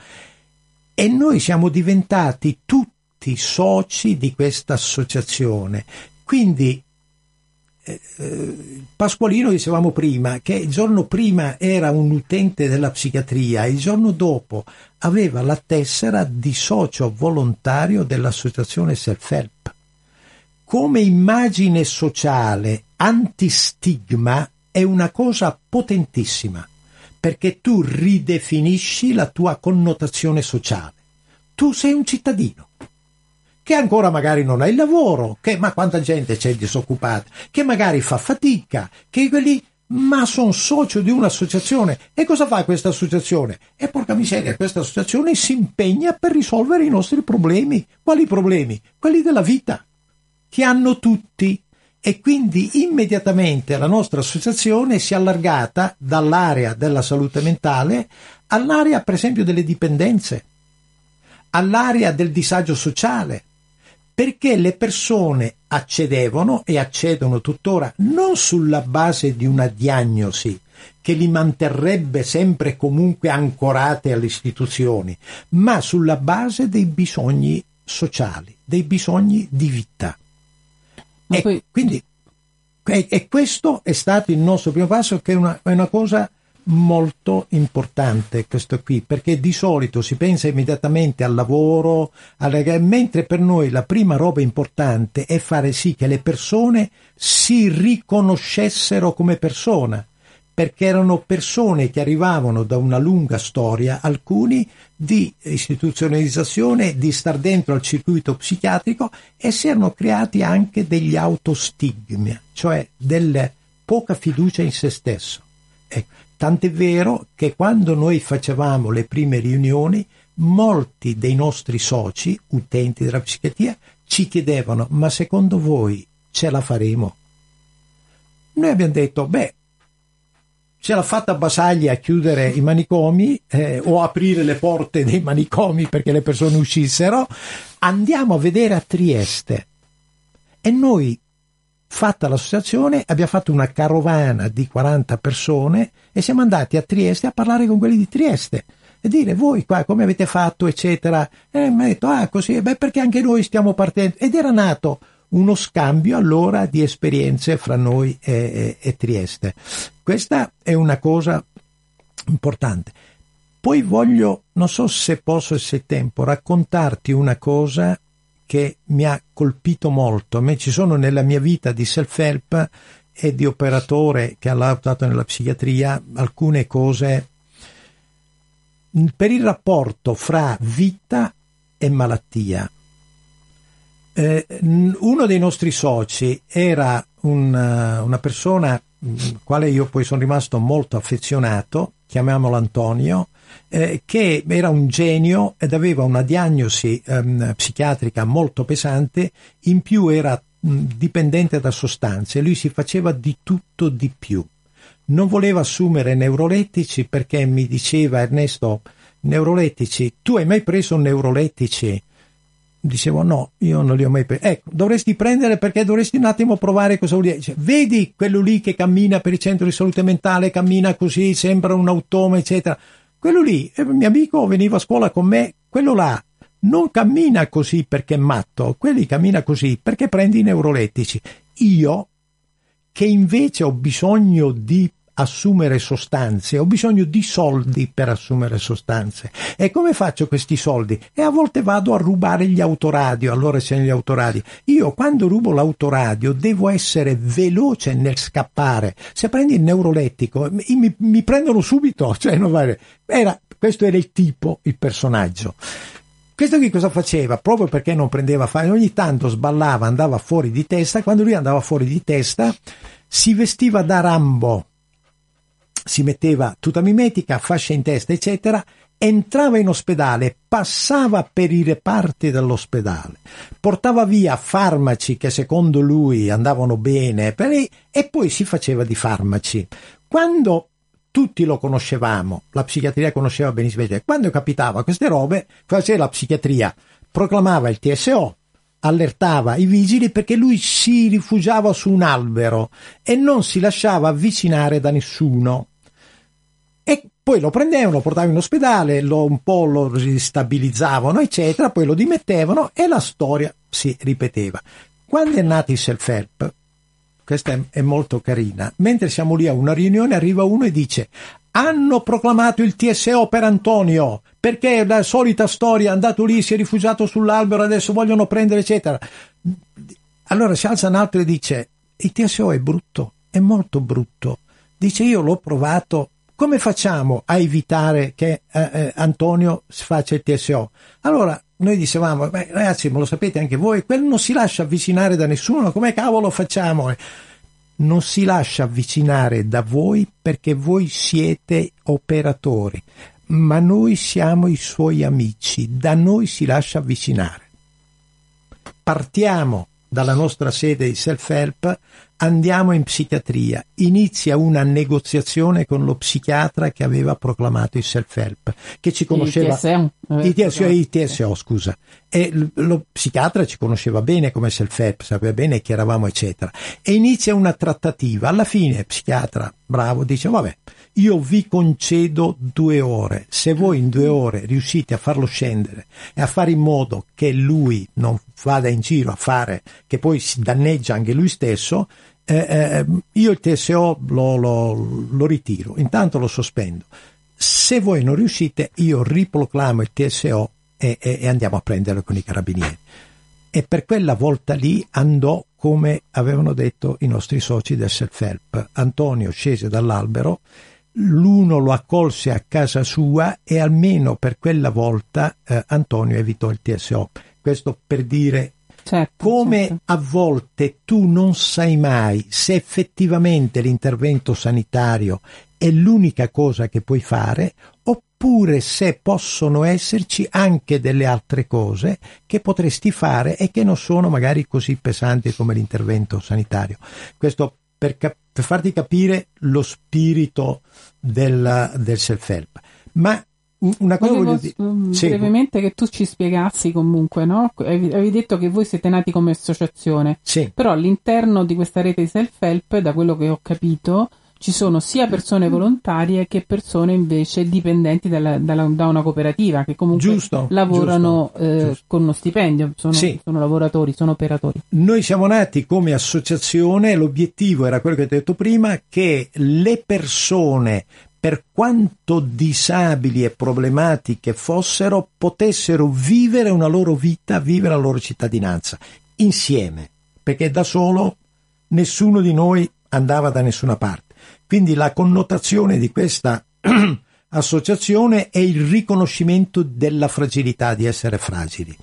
e noi siamo diventati tutti soci di questa associazione. Quindi eh, Pasqualino, dicevamo prima, che il giorno prima era un utente della psichiatria, il giorno dopo aveva la tessera di socio volontario dell'associazione Self-Help. Come immagine sociale antistigma è una cosa potentissima, perché tu ridefinisci la tua connotazione sociale. Tu sei un cittadino che ancora magari non ha il lavoro, che ma quanta gente c'è disoccupata, che magari fa fatica, che quelli ma sono socio di un'associazione. E cosa fa questa associazione? E porca miseria, questa associazione si impegna per risolvere i nostri problemi. Quali problemi? Quelli della vita, che hanno tutti. E quindi immediatamente la nostra associazione si è allargata dall'area della salute mentale all'area, per esempio, delle dipendenze, all'area del disagio sociale, perché le persone accedevano e accedono tuttora non sulla base di una diagnosi che li manterrebbe sempre e comunque ancorate alle istituzioni, ma sulla base dei bisogni sociali, dei bisogni di vita. E poi... quindi e, e questo è stato il nostro primo passo, che è una, è una cosa molto importante, questo qui, perché di solito si pensa immediatamente al lavoro, alle, mentre per noi la prima roba importante è fare sì che le persone si riconoscessero come persona, perché erano persone che arrivavano da una lunga storia, alcuni di istituzionalizzazione, di star dentro al circuito psichiatrico, e si erano creati anche degli autostigmi, cioè della poca fiducia in se stesso. Ecco, tant'è vero che quando noi facevamo le prime riunioni, molti dei nostri soci, utenti della psichiatria, ci chiedevano: ma secondo voi ce la faremo? Noi abbiamo detto: beh, ce l'ha fatta Basaglia a chiudere i manicomi eh, o aprire le porte dei manicomi perché le persone uscissero, andiamo a vedere a Trieste. E noi fatta l'associazione, abbiamo fatto una carovana di quaranta persone e siamo andati a Trieste a parlare con quelli di Trieste e dire voi qua come avete fatto eccetera, e mi ha detto ah così, beh perché anche noi stiamo partendo, ed era nato uno scambio allora di esperienze fra noi e, e, e Trieste. Questa è una cosa importante. Poi voglio, non so se posso e se tempo, raccontarti una cosa che mi ha colpito molto. A me ci sono nella mia vita di self-help e di operatore che ha lavorato nella psichiatria alcune cose per il rapporto fra vita e malattia. Eh, uno dei nostri soci era un, una persona quale io poi sono rimasto molto affezionato, chiamiamolo Antonio, eh, che era un genio ed aveva una diagnosi ehm, psichiatrica molto pesante, in più era mh, dipendente da sostanze, lui si faceva di tutto di più. Non voleva assumere neurolettici perché mi diceva Ernesto, neurolettici, tu hai mai preso neurolettici? Dicevo no, io non li ho mai presi. Ecco, dovresti prendere perché dovresti un attimo provare cosa vuol dire. Dice, vedi quello lì che cammina per il centro di salute mentale, cammina così, sembra un automa, eccetera. Quello lì, eh, mio amico veniva a scuola con me, quello là non cammina così perché è matto, quelli cammina così perché prende i neurolettici. Io, che invece ho bisogno di assumere sostanze, ho bisogno di soldi per assumere sostanze. E come faccio questi soldi? E a volte vado a rubare gli autoradio, allora c'è gli autoradio. Io quando rubo l'autoradio devo essere veloce nel scappare. Se prendi il neurolettico mi, mi prendono subito, cioè non vale. Era, questo era il tipo, il personaggio. Questo che cosa faceva? Proprio perché non prendeva fare, ogni tanto sballava, andava fuori di testa. Quando lui andava fuori di testa si vestiva da Rambo, si metteva tuta mimetica, fascia in testa eccetera, entrava in ospedale, passava per i reparti dell'ospedale, portava via farmaci che secondo lui andavano bene per lei, e poi si faceva di farmaci. Quando tutti lo conoscevamo, la psichiatria conosceva benissimo, quando capitava queste robe, faceva la psichiatria, proclamava il T S O, allertava i vigili perché lui si rifugiava su un albero e non si lasciava avvicinare da nessuno. E poi lo prendevano, lo portavano in ospedale, lo, un po' lo ristabilizzavano, eccetera, poi lo dimettevano e la storia si ripeteva. Quando è nato il self-help, questa è, è molto carina, mentre siamo lì a una riunione arriva uno e dice hanno proclamato il T S O per Antonio, perché la solita storia, è andato lì, si è rifugiato sull'albero, adesso vogliono prendere, eccetera. Allora si alza un altro e dice il T S O è brutto, è molto brutto. Dice io l'ho provato, come facciamo a evitare che eh, eh, Antonio faccia il T S O? Allora noi dicevamo, beh, ragazzi, ma lo sapete anche voi, quello non si lascia avvicinare da nessuno, come cavolo facciamo? Non si lascia avvicinare da voi perché voi siete operatori, ma noi siamo i suoi amici, da noi si lascia avvicinare. Partiamo dalla nostra sede di self-help, andiamo in psichiatria, inizia una negoziazione con lo psichiatra che aveva proclamato il self-help, che ci conosceva, il T S O, il T S O scusa, e lo psichiatra ci conosceva bene come self-help, sapeva bene chi eravamo eccetera, e inizia una trattativa. Alla fine il psichiatra bravo dice vabbè, io vi concedo due ore, se voi in due ore riuscite a farlo scendere e a fare in modo che lui non vada in giro a fare, che poi si danneggia anche lui stesso, eh, eh, io il T S O lo, lo, lo ritiro, intanto lo sospendo. Se voi non riuscite io riproclamo il T S O e, e, e andiamo a prenderlo con i carabinieri. E per quella volta lì andò come avevano detto i nostri soci del self-help. Antonio scese dall'albero, l'uno lo accolse a casa sua e almeno per quella volta eh, Antonio evitò il T S O. Questo per dire certo, come certo. A volte tu non sai mai se effettivamente l'intervento sanitario è l'unica cosa che puoi fare oppure se possono esserci anche delle altre cose che potresti fare e che non sono magari così pesanti come l'intervento sanitario. Questo per, cap- per farti capire lo spirito del, del self-help. Ma una cosa volevo, voglio dire. Sì. brevemente che tu ci spiegassi comunque, no? Avevi detto che voi siete nati come associazione, sì. Però all'interno di questa rete di self-help, da quello che ho capito, ci sono sia persone volontarie che persone invece dipendenti dalla, dalla, da una cooperativa, che comunque giusto, lavorano giusto, eh, giusto. con uno stipendio, sono, sì. sono lavoratori, sono operatori. Noi siamo nati come associazione, l'obiettivo era quello che ti ho detto prima, che le persone, per quanto disabili e problematiche fossero, potessero vivere una loro vita, vivere la loro cittadinanza, insieme, perché da solo nessuno di noi andava da nessuna parte. Quindi la connotazione di questa associazione è il riconoscimento della fragilità, di essere fragili.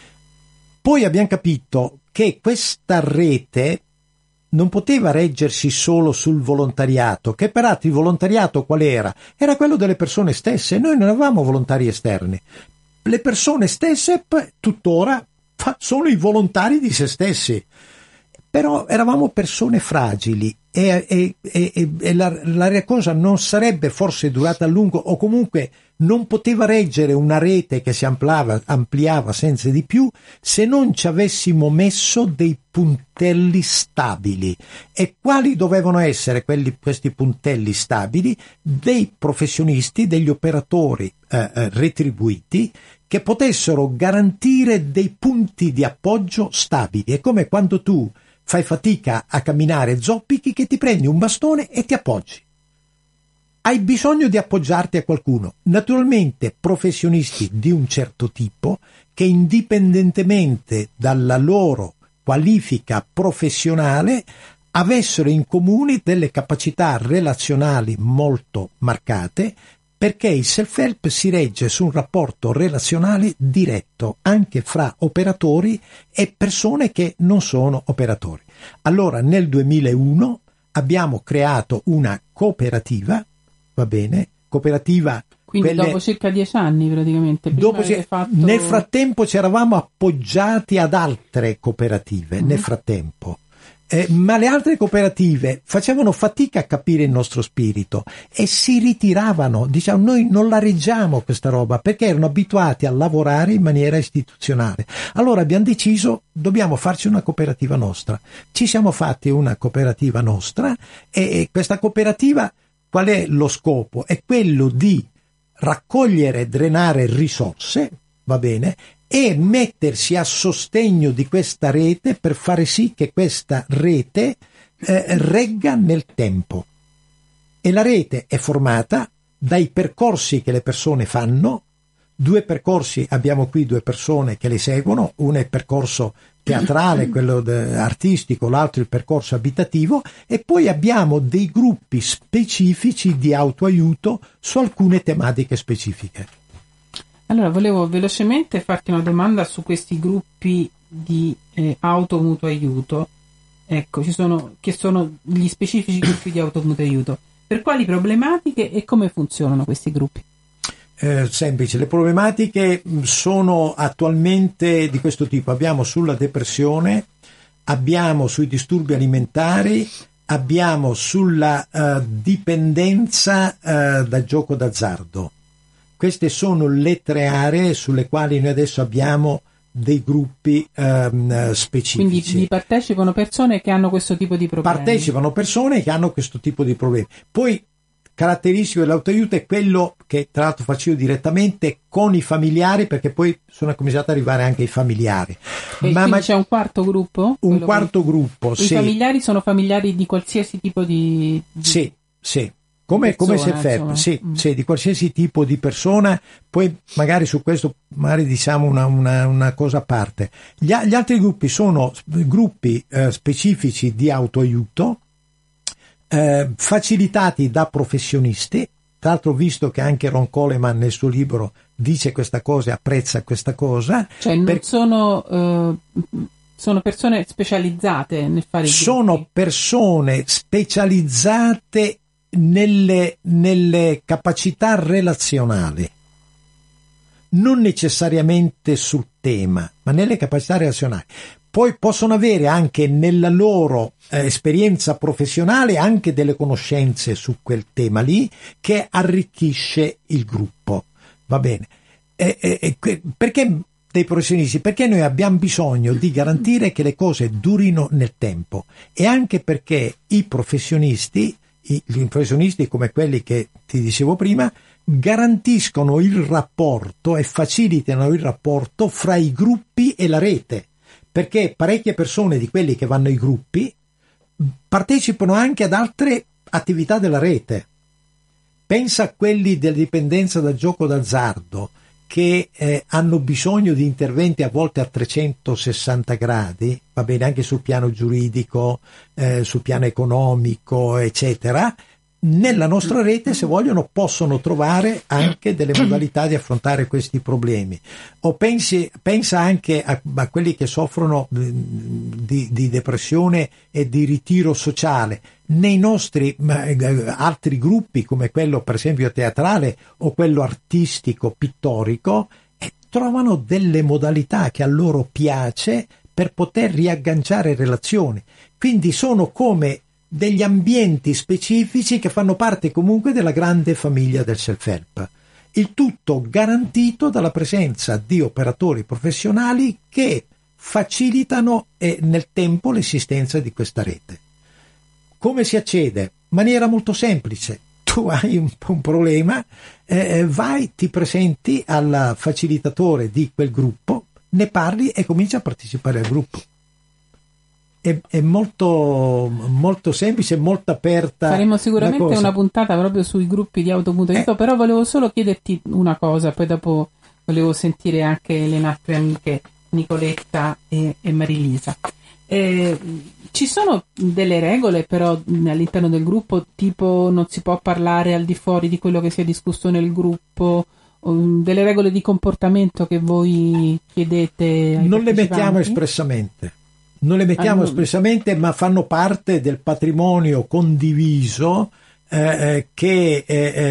Poi abbiamo capito che questa rete non poteva reggersi solo sul volontariato, che peraltro il volontariato qual era? Era quello delle persone stesse. Noi non avevamo volontari esterni. Le persone stesse tuttora sono i volontari di se stessi. Però eravamo persone fragili e, e, e, e la, la cosa non sarebbe forse durata a lungo, o comunque non poteva reggere una rete che si ampliava, ampliava senza di più, se non ci avessimo messo dei puntelli stabili. E quali dovevano essere quelli, questi puntelli stabili? Dei professionisti, degli operatori eh, eh, retribuiti, che potessero garantire dei punti di appoggio stabili. È come quando tu fai fatica a camminare, zoppichi, che ti prendi un bastone e ti appoggi. Hai bisogno di appoggiarti a qualcuno. Naturalmente professionisti di un certo tipo che indipendentemente dalla loro qualifica professionale avessero in comune delle capacità relazionali molto marcate, perché il self-help si regge su un rapporto relazionale diretto anche fra operatori e persone che non sono operatori. Allora nel duemilauno abbiamo creato una cooperativa, va bene, cooperativa. Quindi quelle... dopo circa dieci anni praticamente. Dopo ci... fatto... Nel frattempo ci eravamo appoggiati ad altre cooperative, mm-hmm. nel frattempo. Eh, ma le altre cooperative facevano fatica a capire il nostro spirito e si ritiravano, diciamo, noi non la reggiamo questa roba, perché erano abituati a lavorare in maniera istituzionale. Allora abbiamo deciso, dobbiamo farci una cooperativa nostra. Ci siamo fatti una cooperativa nostra e, e questa cooperativa, qual è lo scopo? È quello di raccogliere e drenare risorse, va bene, e mettersi a sostegno di questa rete per fare sì che questa rete eh, regga nel tempo. E la rete è formata dai percorsi che le persone fanno. Due percorsi, abbiamo qui due persone che le seguono, uno è il percorso teatrale, quello de- artistico, l'altro il percorso abitativo, e poi abbiamo dei gruppi specifici di autoaiuto su alcune tematiche specifiche. Allora, volevo velocemente farti una domanda su questi gruppi di eh, automutuo aiuto. Ecco, ci sono, che sono gli specifici gruppi di automutuo aiuto. Per quali problematiche e come funzionano questi gruppi? Eh, semplice, le problematiche sono attualmente di questo tipo. Abbiamo sulla depressione, abbiamo sui disturbi alimentari, abbiamo sulla uh, dipendenza uh, da gioco d'azzardo. Queste sono le tre aree sulle quali noi adesso abbiamo dei gruppi um, specifici. Quindi vi partecipano persone che hanno questo tipo di problemi? Partecipano persone che hanno questo tipo di problemi. Poi, caratteristico dell'autoaiuto è quello che tra l'altro faccio io direttamente con i familiari, perché poi sono cominciato ad arrivare anche ai familiari. E ma, ma c'è un quarto gruppo? Un quarto che... gruppo, I sì. familiari sono familiari di qualsiasi tipo di... di... Sì, sì. Come, come se ferma, sì, mm. sì, di qualsiasi tipo di persona. Poi magari su questo magari diciamo una, una, una cosa a parte. Gli, gli altri gruppi sono gruppi eh, specifici di autoaiuto, eh, facilitati da professionisti. Tra l'altro, visto che anche Ron Coleman nel suo libro dice questa cosa e apprezza questa cosa. Cioè non per... sono... Uh... Sono persone specializzate nel fare i Sono gruppi. persone specializzate Nelle, nelle capacità relazionali, non necessariamente sul tema, ma nelle capacità relazionali. Poi possono avere anche nella loro eh, esperienza professionale anche delle conoscenze su quel tema lì, che arricchisce il gruppo. Va bene. E, e, e, perché dei professionisti? Perché noi abbiamo bisogno di garantire che le cose durino nel tempo, e anche perché i professionisti, i, i professionisti come quelli che ti dicevo prima, garantiscono il rapporto e facilitano il rapporto fra i gruppi e la rete, perché parecchie persone di quelli che vanno ai gruppi partecipano anche ad altre attività della rete. Pensa a quelli della dipendenza dal gioco d'azzardo, che eh, hanno bisogno di interventi a volte a trecentosessanta gradi, va bene, anche sul piano giuridico, eh, sul piano economico, eccetera. Nella nostra rete, se vogliono, possono trovare anche delle modalità di affrontare questi problemi. O pensi, pensa anche a, a quelli che soffrono di, di depressione e di ritiro sociale. Nei nostri eh, altri gruppi, come quello per esempio teatrale o quello artistico, pittorico, eh, trovano delle modalità che a loro piace per poter riagganciare relazioni. Quindi sono come degli ambienti specifici che fanno parte comunque della grande famiglia del self-help. Il tutto garantito dalla presenza di operatori professionali che facilitano eh, nel tempo l'esistenza di questa rete. Come si accede? In maniera molto semplice. Tu hai un, un problema, eh, vai, ti presenti al facilitatore di quel gruppo, ne parli e cominci a partecipare al gruppo. È, è molto, molto semplice, molto aperta. Faremo sicuramente una puntata proprio sui gruppi di automutamento, eh. però volevo solo chiederti una cosa, poi dopo volevo sentire anche le nostre amiche Nicoletta e, e Marilisa. Eh, ci sono delle regole però all'interno del gruppo, tipo non si può parlare al di fuori di quello che si è discusso nel gruppo, um, delle regole di comportamento che voi chiedete ai non le mettiamo espressamente. Non le mettiamo ah, espressamente, ma fanno parte del patrimonio condiviso eh, che,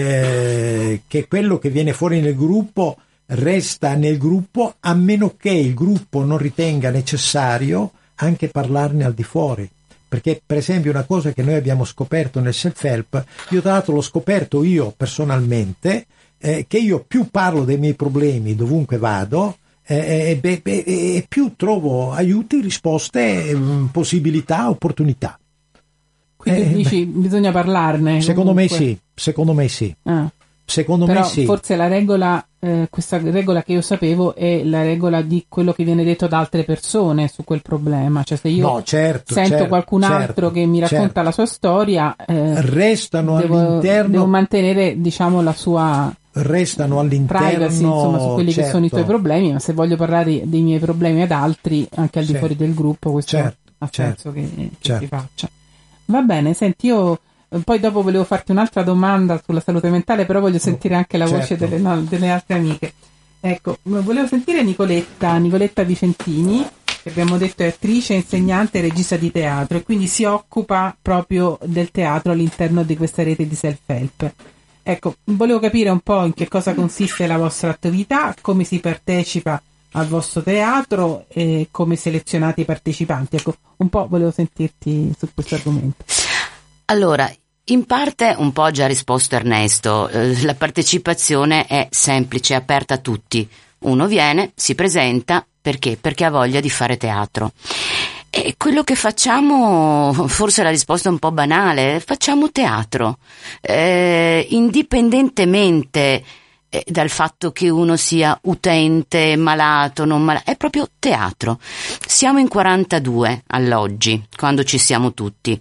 eh, che quello che viene fuori nel gruppo resta nel gruppo, a meno che il gruppo non ritenga necessario anche parlarne al di fuori. Perché, per esempio, una cosa che noi abbiamo scoperto nel self-help, io tra l'altro l'ho scoperto io personalmente, eh, che io più parlo dei miei problemi dovunque vado, E eh, eh, eh, eh, più trovo aiuti, risposte, eh, possibilità, opportunità. Quindi eh, dici beh, bisogna parlarne? Secondo comunque. me sì, secondo me sì. Ah. Secondo Però me sì. Forse la regola, eh, questa regola che io sapevo è la regola di quello che viene detto da altre persone su quel problema. Cioè se io no, certo, sento certo, qualcun certo, altro che mi racconta certo. la sua storia, eh, restano devo, all'interno. Devo mantenere, diciamo, la sua restano all'interno privacy, insomma, su quelli certo. che sono i tuoi problemi, ma se voglio parlare dei miei problemi ad altri, anche al di certo. fuori del gruppo, questo certo. ha senso certo. che, che certo. si faccia. Va bene, senti, io poi dopo volevo farti un'altra domanda sulla salute mentale, però voglio sentire anche la voce certo. delle, no, delle altre amiche. Ecco, volevo sentire Nicoletta, Nicoletta Vicentini, che abbiamo detto è attrice, insegnante e regista di teatro, e quindi si occupa proprio del teatro all'interno di questa rete di self-help. Ecco, volevo capire un po' in che cosa consiste la vostra attività, come si partecipa al vostro teatro e come selezionate i partecipanti. Ecco, un po' volevo sentirti su questo argomento. Allora, in parte un po' ha già risposto Ernesto, eh, la partecipazione è semplice, aperta a tutti. Uno viene, si presenta, perché? Perché ha voglia di fare teatro. E quello che facciamo, forse la risposta è un po' banale, facciamo teatro, eh, indipendentemente eh, dal fatto che uno sia utente, malato, non malato, è proprio teatro. Siamo in quarantadue all'oggi, quando ci siamo tutti.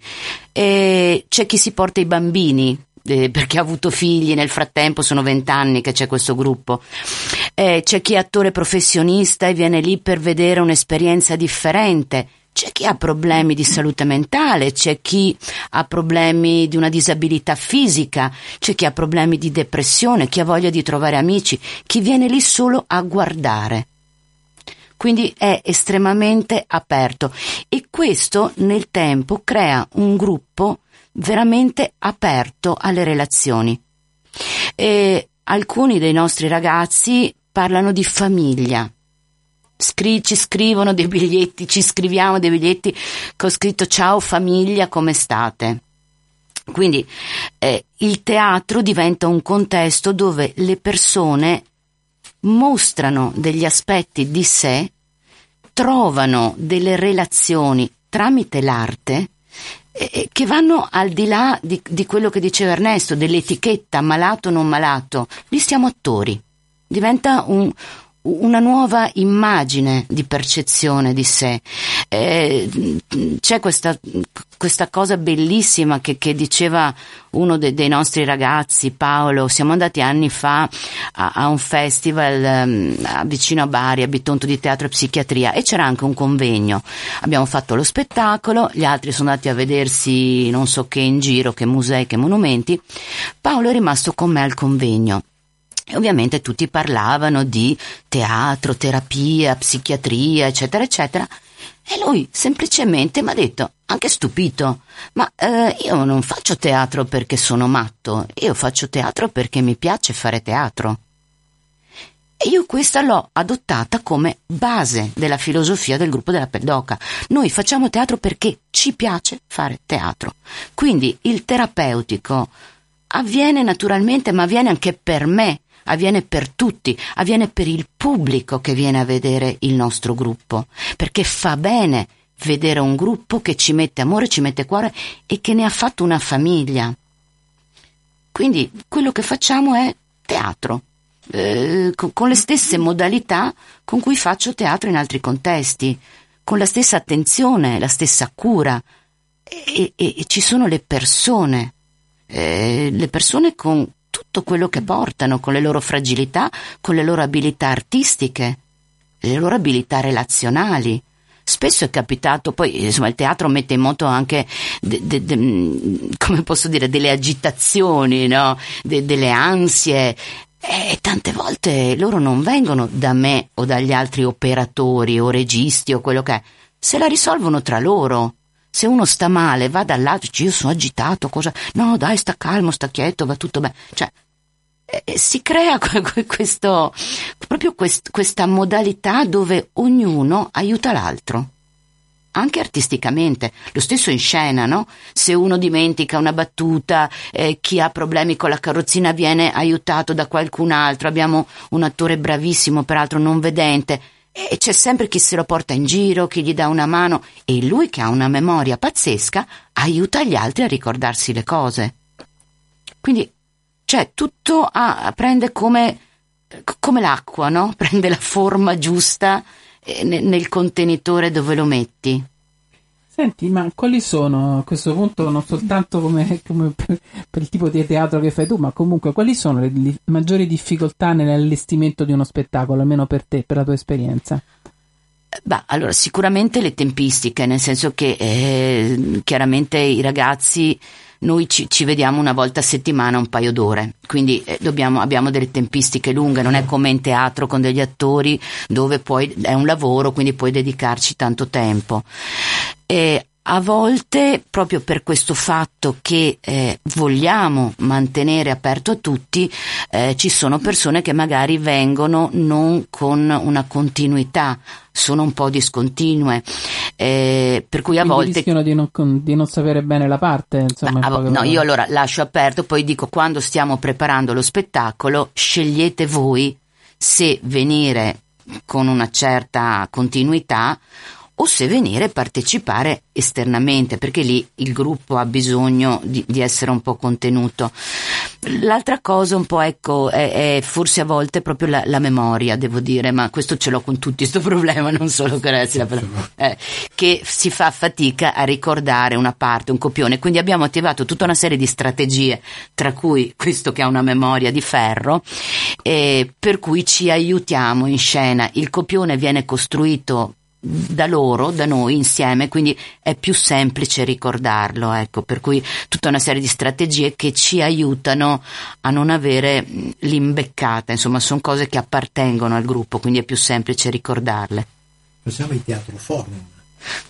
E c'è chi si porta i bambini, eh, perché ha avuto figli nel frattempo, sono vent'anni che c'è questo gruppo. Eh, c'è chi è attore professionista e viene lì per vedere un'esperienza differente. C'è chi ha problemi di salute mentale, c'è chi ha problemi di una disabilità fisica, c'è chi ha problemi di depressione, chi ha voglia di trovare amici, chi viene lì solo a guardare. Quindi è estremamente aperto e questo nel tempo crea un gruppo veramente aperto alle relazioni. E alcuni dei nostri ragazzi parlano di famiglia. Scri- ci scrivono dei biglietti, ci scriviamo dei biglietti che ho scritto ciao famiglia, come state? Quindi eh, il teatro diventa un contesto dove le persone mostrano degli aspetti di sé, trovano delle relazioni tramite l'arte eh, che vanno al di là di, di quello che diceva Ernesto, dell'etichetta malato o non malato. Lì siamo attori, diventa un, una nuova immagine di percezione di sé. Eh, c'è questa, questa cosa bellissima che, che diceva uno de, dei nostri ragazzi, Paolo. Siamo andati anni fa a, a un festival um, vicino a Bari, a Bitonto, di teatro e psichiatria, e c'era anche un convegno. Abbiamo fatto lo spettacolo, gli altri sono andati a vedersi non so che in giro, che musei, che monumenti. Paolo è rimasto con me al convegno. E ovviamente tutti parlavano di teatro, terapia, psichiatria, eccetera, eccetera. E lui semplicemente mi ha detto, anche stupito, ma eh, io non faccio teatro perché sono matto, io faccio teatro perché mi piace fare teatro. E io questa l'ho adottata come base della filosofia del gruppo della Peddoca. Noi facciamo teatro perché ci piace fare teatro. Quindi il terapeutico avviene naturalmente, ma avviene anche per me. Avviene per tutti, avviene per il pubblico che viene a vedere il nostro gruppo, perché fa bene vedere un gruppo che ci mette amore, ci mette cuore e che ne ha fatto una famiglia. Quindi quello che facciamo è teatro, eh, con, con le stesse modalità con cui faccio teatro in altri contesti, con la stessa attenzione, la stessa cura, e, e, e ci sono le persone, eh, le persone con tutto quello che portano, con le loro fragilità, con le loro abilità artistiche, le loro abilità relazionali. Spesso è capitato, poi insomma il teatro mette in moto anche de, de, de, come posso dire, delle agitazioni, no? De, delle ansie, e tante volte loro non vengono da me o dagli altri operatori o registi o quello che è, se la risolvono tra loro. Se uno sta male, va dall'altro, dice io sono agitato, cosa? No, dai, sta calmo, sta quieto, va tutto bene. Cioè, eh, si crea questo, proprio quest, questa modalità dove ognuno aiuta l'altro, anche artisticamente. Lo stesso in scena, no? Se uno dimentica una battuta, eh, chi ha problemi con la carrozzina viene aiutato da qualcun altro. Abbiamo un attore bravissimo, peraltro non vedente, e c'è sempre chi se lo porta in giro, chi gli dà una mano, e lui, che ha una memoria pazzesca, aiuta gli altri a ricordarsi le cose. Quindi, cioè, tutto a, prende come, come l'acqua, no? Prende la forma giusta eh, nel, nel contenitore dove lo metti. Senti, ma quali sono a questo punto, non soltanto come, come per, per il tipo di teatro che fai tu, ma comunque quali sono le, le maggiori difficoltà nell'allestimento di uno spettacolo, almeno per te, per la tua esperienza? Beh, allora sicuramente le tempistiche, nel senso che eh, chiaramente i ragazzi, noi ci, ci vediamo una volta a settimana, un paio d'ore, quindi eh, dobbiamo, abbiamo delle tempistiche lunghe, non è come in teatro con degli attori dove poi è un lavoro, quindi puoi dedicarci tanto tempo. E a volte, proprio per questo fatto che eh, vogliamo mantenere aperto a tutti, eh, ci sono persone che magari vengono non con una continuità, sono un po' discontinue, eh, per cui a Quindi volte rischiano di non, di non sapere bene la parte, insomma. Ma, no, io allora lascio aperto, poi dico, quando stiamo preparando lo spettacolo scegliete voi se venire con una certa continuità o se venire e partecipare esternamente, perché lì il gruppo ha bisogno di, di essere un po' contenuto. L'altra cosa un po', ecco, è, è forse a volte proprio la, la memoria, devo dire, ma questo ce l'ho con tutti, sto problema, non solo con ragazzi, eh, che si fa fatica a ricordare una parte, un copione, quindi abbiamo attivato tutta una serie di strategie, tra cui questo che ha una memoria di ferro, eh, per cui ci aiutiamo in scena. Il copione viene costruito da loro, da noi insieme, quindi è più semplice ricordarlo, ecco, per cui tutta una serie di strategie che ci aiutano a non avere l'imbeccata, insomma sono cose che appartengono al gruppo, quindi è più semplice ricordarle. Facciamo il teatro forum.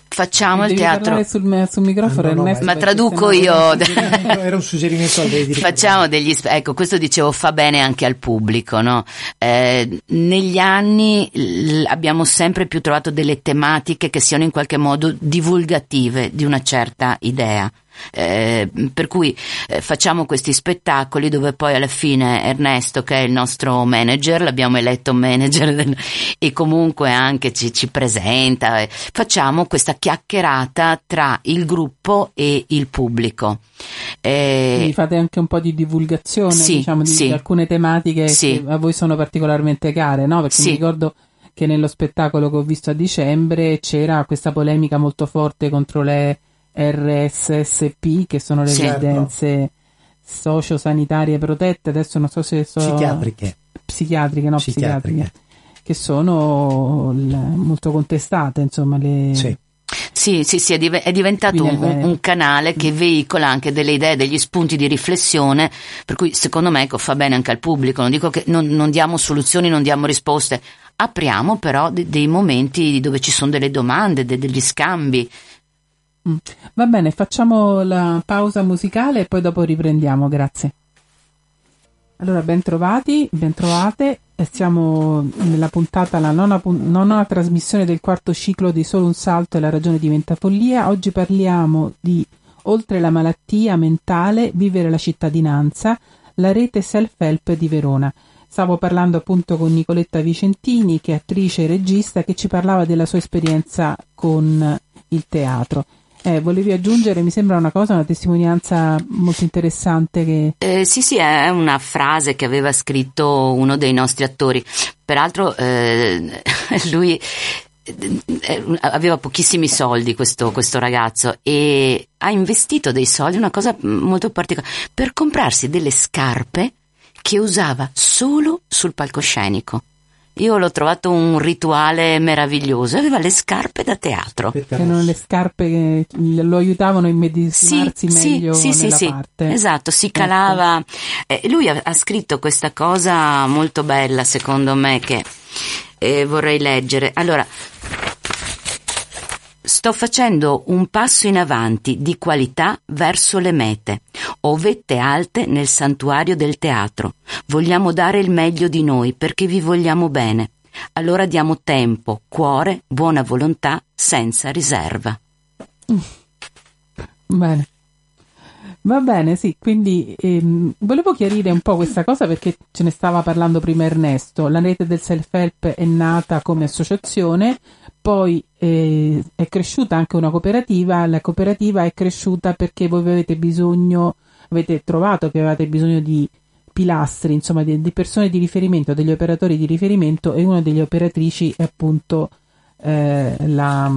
Facciamo il Devi teatro sul, sul microfono, no, no, Ernesto, ma perché traduco sennò- io. Era un suggerimento a lei di Facciamo degli sp- ecco, questo dicevo fa bene anche al pubblico, no? Eh, negli anni l- abbiamo sempre più trovato delle tematiche che siano in qualche modo divulgative di una certa idea. Eh, per cui eh, facciamo questi spettacoli dove poi alla fine Ernesto, che è il nostro manager, l'abbiamo eletto manager del, e comunque anche ci, ci presenta, eh, facciamo questa chiacchierata tra il gruppo e il pubblico. Eh, Quindi fate anche un po' di divulgazione, Sì, diciamo, di, sì. di alcune tematiche Sì. che a voi sono particolarmente care, no? Perché Sì. mi ricordo che nello spettacolo che ho visto a dicembre c'era questa polemica molto forte contro le R S S P, che sono le Sì. residenze sociosanitarie protette, adesso non so se sono psichiatriche. psichiatriche, no, Psichiatriche. psichiatriche, che sono l- molto contestate, insomma, le... Sì. Sì, sì, sì, è, div- è diventato Quindi un, è bene. un canale che veicola anche delle idee, degli spunti di riflessione, per cui secondo me ecco, fa bene anche al pubblico. Non dico che non, non diamo soluzioni, non diamo risposte, apriamo però de- dei momenti dove ci sono delle domande, de- degli scambi. Mm. Va bene, facciamo la pausa musicale e poi dopo riprendiamo, grazie. Allora, ben trovati, ben trovate. Siamo nella puntata, la nona, pun- nona trasmissione del quarto ciclo di Solo un salto e la ragione diventa follia. Oggi parliamo di Oltre la malattia mentale, vivere la cittadinanza, la rete self-help di Verona. Stavo parlando appunto con Nicoletta Vicentini, che è attrice e regista, che ci parlava della sua esperienza con il teatro. Eh, volevi aggiungere, mi sembra una cosa, una testimonianza molto interessante che... Eh, sì, sì, è una frase che aveva scritto uno dei nostri attori. Peraltro eh, lui eh, aveva pochissimi soldi, questo, questo ragazzo, e ha investito dei soldi, una cosa molto particolare, per comprarsi delle scarpe che usava solo sul palcoscenico. Io l'ho trovato un rituale meraviglioso, aveva le scarpe da teatro. che erano le scarpe che lo aiutavano a immedesimarsi Sì, meglio sì, sì, nella sì, parte. esatto, si calava. Eh, lui ha, ha scritto questa cosa molto bella, secondo me, che eh, vorrei leggere. Allora, sto facendo un passo in avanti di qualità verso le mete. Ho vette alte nel santuario del teatro. Vogliamo dare il meglio di noi perché vi vogliamo bene. Allora diamo tempo, cuore, buona volontà, senza riserva. Bene. Va bene, sì, quindi ehm, volevo chiarire un po' questa cosa perché ce ne stava parlando prima Ernesto. La rete del self-help è nata come associazione, poi eh, è cresciuta anche una cooperativa. La cooperativa è cresciuta perché voi avete bisogno, avete trovato che avevate bisogno di pilastri, insomma di, di persone di riferimento, degli operatori di riferimento, e una delle operatrici è appunto eh, la...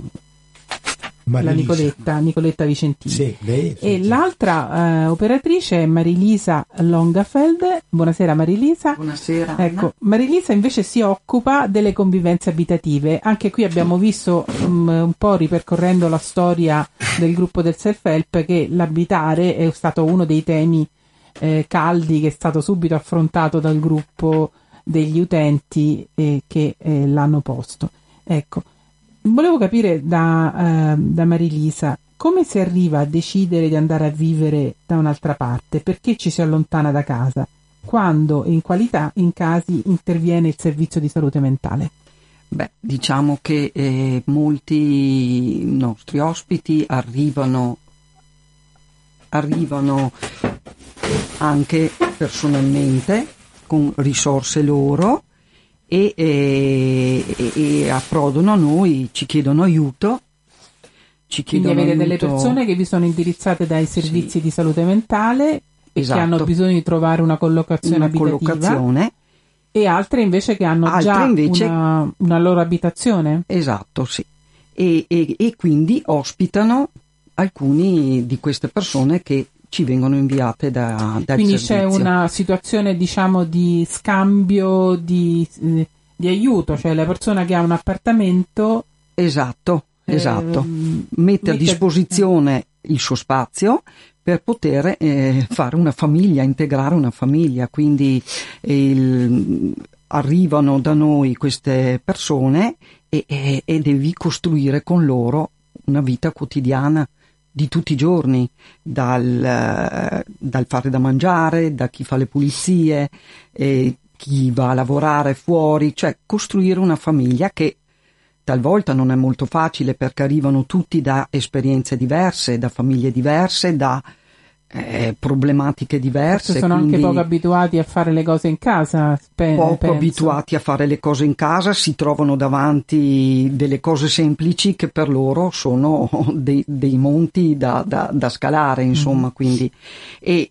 la Marilisa. Nicoletta, Nicoletta Vicentini. Sì, lei, sì, E sì. l'altra eh, operatrice è Marilisa Longafeld. Buonasera Marilisa. Buonasera. Ecco, Marilisa invece si occupa delle convivenze abitative. Anche qui abbiamo visto um, un po' ripercorrendo la storia del gruppo del self-help che l'abitare è stato uno dei temi eh, caldi che è stato subito affrontato dal gruppo degli utenti eh, che eh, l'hanno posto. Ecco. Volevo capire da, uh, da Marilisa come si arriva a decidere di andare a vivere da un'altra parte, perché ci si allontana da casa, quando e in qualità in casi interviene il servizio di salute mentale. Beh, diciamo che eh, molti nostri ospiti arrivano, arrivano anche personalmente con risorse loro. E, e, e approdano a noi, ci chiedono aiuto, ci Quindi chiedono avete aiuto. delle persone che vi sono indirizzate dai servizi Sì. di salute mentale e Esatto. che hanno bisogno di trovare una collocazione una abitativa, collocazione, e altre invece che hanno Altre già invece- una, una loro abitazione. esatto, sì, e, e, e quindi ospitano alcuni di queste persone che ci vengono inviate da, dal Quindi servizio. c'è una situazione, diciamo, di scambio di, eh, di aiuto, cioè la persona che ha un appartamento Esatto, esatto. ehm, Mette a mette- disposizione il suo spazio per poter eh, fare una famiglia, integrare una famiglia. Quindi eh, il- arrivano da noi queste persone e, e, e devi costruire con loro una vita quotidiana di tutti i giorni, dal, dal fare da mangiare, da chi fa le pulizie, eh, chi va a lavorare fuori, cioè costruire una famiglia che talvolta non è molto facile perché arrivano tutti da esperienze diverse, da famiglie diverse, da eh, problematiche diverse. Forse sono anche poco abituati a fare le cose in casa. Pe- poco penso. abituati a fare le cose in casa, si trovano davanti delle cose semplici che per loro sono dei, dei monti da, da, da scalare, insomma. Mm. Quindi e,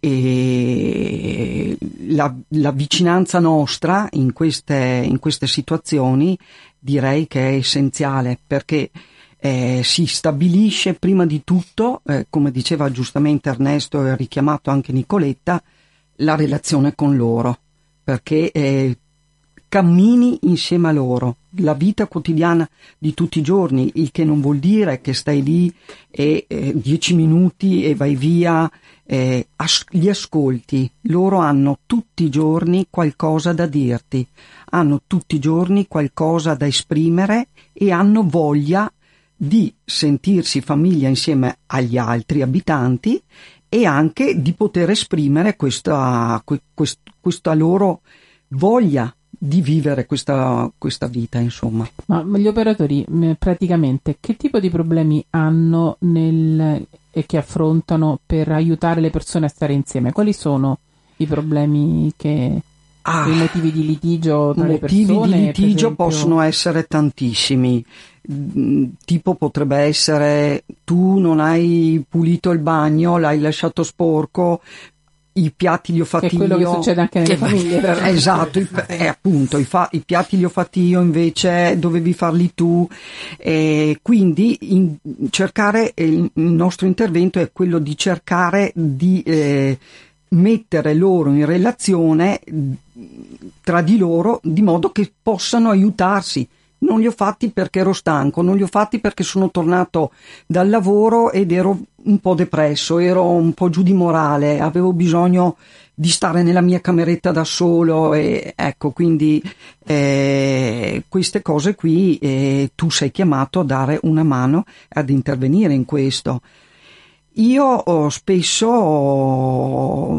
e la, la vicinanza nostra in queste, in queste situazioni direi che è essenziale, perché Eh, si stabilisce prima di tutto, eh, come diceva giustamente Ernesto e ha richiamato anche Nicoletta, la relazione con loro, perché eh, cammini insieme a loro, la vita quotidiana di tutti i giorni, il che non vuol dire che stai lì e eh, dieci minuti e vai via, eh, as- li ascolti, loro hanno tutti i giorni qualcosa da dirti, hanno tutti i giorni qualcosa da esprimere e hanno voglia di sentirsi famiglia insieme agli altri abitanti e anche di poter esprimere questa, quest, questa loro voglia di vivere questa, questa vita, insomma. Ma gli operatori praticamente che tipo di problemi hanno nel, e che affrontano per aiutare le persone a stare insieme? Quali sono i problemi che... Ah, i motivi di litigio tra le persone? Motivi di litigio esempio... possono essere tantissimi. Tipo potrebbe essere: tu non hai pulito il bagno, l'hai lasciato sporco, i piatti li ho fatti io. Che è quello io. che succede anche nelle famiglie. Però. Esatto, i, eh, appunto, i, fa, i piatti li ho fatti io, invece dovevi farli tu. Eh, quindi in, cercare, eh, il nostro intervento è quello di cercare di eh, mettere loro in relazione tra di loro, di modo che possano aiutarsi. Non li ho fatti perché ero stanco, non li ho fatti perché sono tornato dal lavoro ed ero un po' depresso, ero un po' giù di morale, avevo bisogno di stare nella mia cameretta da solo, e ecco, quindi eh, queste cose qui eh, tu sei chiamato a dare una mano, ad intervenire in questo. Io oh, spesso oh,